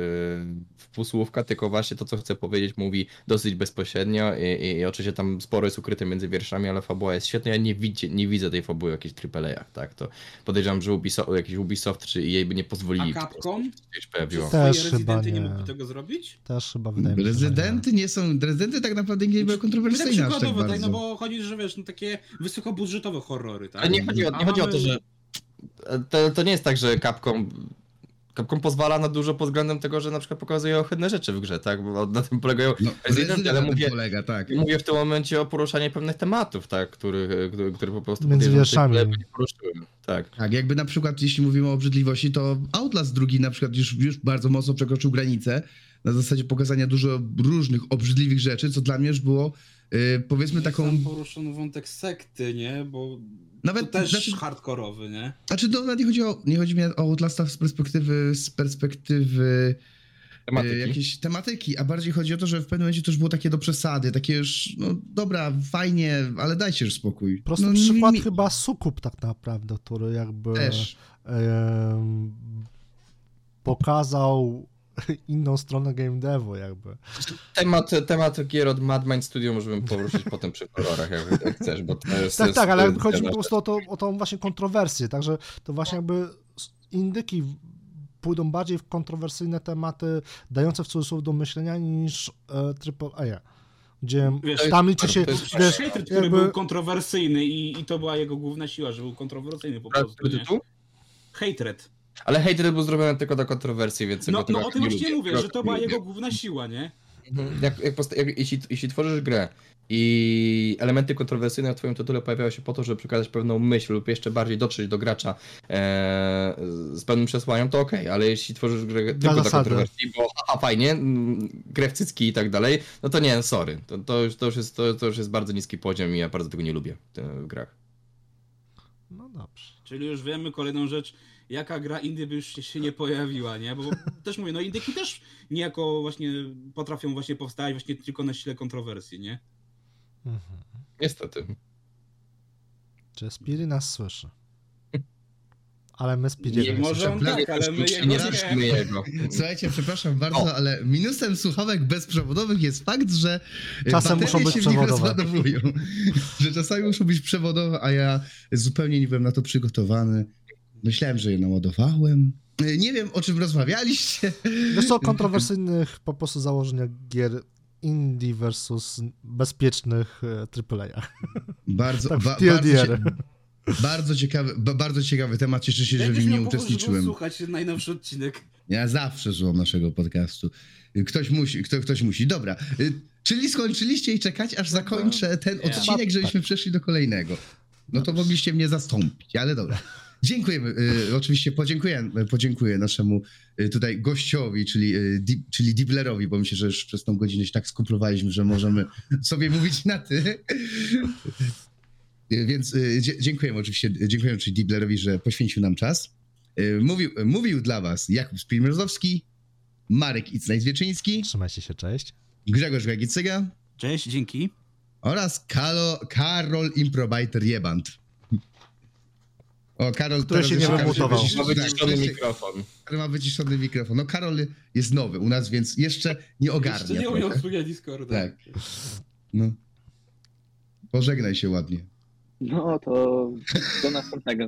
w półsłówka, tylko właśnie to, co chcę powiedzieć, mówi dosyć bezpośrednio i, i, i oczywiście tam sporo jest ukryte między wierszami, ale fabuła jest świetna, ja nie, widzie, nie widzę tej fabuły w jakichś triple A-ach, tak, to podejrzewam, że Ubisoft, jakiś Ubisoft czy E A by nie pozwolili. A Capcom? po prostu, żeby się pojawiło. Swoje Też chyba rezydenty nie nie. mógłby tego zrobić? Też chyba wydaje mi się, że Rezydenty nie są, rezydenty tak naprawdę nie były Tak kontrowersyjne aż tak przykładowo, tak, bardzo. no bo chodzi, że wiesz, no takie wysokobudżetowe horrory, tak? Ale nie chodzi o, nie A chodzi o mamy- to, że to, to nie jest tak, że Capcom Capcom pozwala na dużo pod względem tego, że na przykład pokazuje ohydne rzeczy w grze, tak? Bo na tym polegają No, Resident, Resident ale na tym mówię, polega, tak. mówię w tym momencie o poruszaniu pewnych tematów, tak? Których, które, które po prostu Między podejrzewam, że wierszami. tej kolei nie poruszyłem. Tak. Tak, jakby na przykład, jeśli mówimy o obrzydliwości, to Outlast drugi na przykład już, już bardzo mocno przekroczył granicę na zasadzie pokazania dużo różnych obrzydliwych rzeczy, co dla mnie już było, yy, powiedzmy, taką... Tam poruszono wątek sekty, nie? Bo Nawet- to też znaczy- hardkorowy, nie? Znaczy, no, nawet nie chodzi o, nie chodzi mi o Outlasta z perspektywy, z perspektywy Tematyki. e, jakiejś tematyki, a bardziej chodzi o to, że w pewnym momencie to już było takie do przesady, takie już, no dobra, fajnie, ale dajcie już spokój. Prosty no, przykład mi- chyba Sukub tak naprawdę, który jakby Też. em, pokazał inną stronę game devu jakby. Temat, temat gier od Mad Mind Studio możemy poruszyć potem przy horrorach, jak, jak chcesz, bo to jest... Tak, jest, tak, ale jest- chodzi mi po prostu o, to, o tą właśnie kontrowersję, także to właśnie jakby indyki pójdą bardziej w kontrowersyjne tematy, dające w cudzysłów do myślenia niż e, triple A, gdzie Wiesz, tam liczy się, to jest- wiesz, Hatred, który jakby- był kontrowersyjny i, i to była jego główna siła, że był kontrowersyjny po prostu, Który nie? tytuł? Hatred. Ale Hatred był zrobiony tylko do kontrowersji, więc No, tego no o tym nie właśnie lubię. mówię, Tego że to nie była lubię. jego główna siła, nie? Mhm. Jak, jak posta- jak, jeśli, jeśli tworzysz grę i elementy kontrowersyjne w twoim tytule pojawiają się po to, żeby przekazać pewną myśl lub jeszcze bardziej dotrzeć do gracza e, z pewnym przesłaniem, to okej, ale jeśli tworzysz grę tylko dla zasady. kontrowersji, bo a, a fajnie, mm, grę w cycki i tak dalej, no to nie, sorry, to, to, już, to, już jest, to, to już jest bardzo niski poziom i ja bardzo tego nie lubię w, tym- w grach. no dobrze. Czyli już wiemy kolejną rzecz, jaka gra indie by już się, się nie pojawiła, nie? Bo też mówię, no indyki też niejako właśnie potrafią właśnie powstać właśnie tylko na sile kontrowersji, nie? Mhm. Niestety. Czy Spiri nas słyszy? Ale my Spiri Nie może on tak, ale my jego nie nie. słyszymy jego. Słuchajcie, przepraszam bardzo, O. ale minusem słuchawek bezprzewodowych jest fakt, że Czasem baterie muszą być się w nich przewodowe. rozładowują. Że czasami muszą być przewodowe, a ja zupełnie nie byłem na to przygotowany. Myślałem, że je naładowałem. Y, Nie wiem, o czym rozmawialiście. Wiesz co, kontrowersyjnych po prostu założeniach gier indie versus bezpiecznych e, triple A. Bardzo, Tak, ba, T L bardzo, D R. cie, bardzo, ciekawy, ba, bardzo ciekawy temat. Cieszę się, że w Będziesz nim nie miał powód, żeby uczestniczyłem. słuchać najnowszy odcinek. Ja zawsze słucham naszego podcastu. Ktoś musi, kto, ktoś musi. Dobra, y, czyli skończyliście i czekać, aż zakończę ten Nie. odcinek, żebyśmy przeszli do kolejnego. No to mogliście mnie zastąpić, ale dobra. Dziękujemy. Y, oczywiście podziękuję, podziękuję naszemu y, tutaj gościowi, czyli, y, di, czyli Diblerowi, bo myślę, że już przez tą godzinę się tak skuplowaliśmy, że możemy sobie mówić na ty. Y, Więc y, dzie- dziękujemy oczywiście, dziękujemy czyli Diblerowi, że poświęcił nam czas. Y, Mówił, mówił dla was Jakub Spilmerzowski, Marek Icnajs-Wieczyński, Trzymajcie się, cześć. Grzegorz Gagicyga Cześć, dzięki. oraz Kalo, Karol Improbiter Jeband. O, Karol... Który teraz się nie jeszcze Karol wymutował. wyciszy- Ma wyciszony tak, mikrofon. Karol ma wyciszony mikrofon. No Karol jest nowy u nas, więc jeszcze nie ogarnia. Jeszcze nie umiał trochę. obsługienia Discorda. Tak. No. Pożegnaj się ładnie. No to do następnego.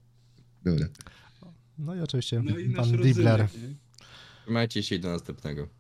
Dobra. No i oczywiście No i nasz pan rodzynek, Dibler. nie? Trzymajcie się i do następnego.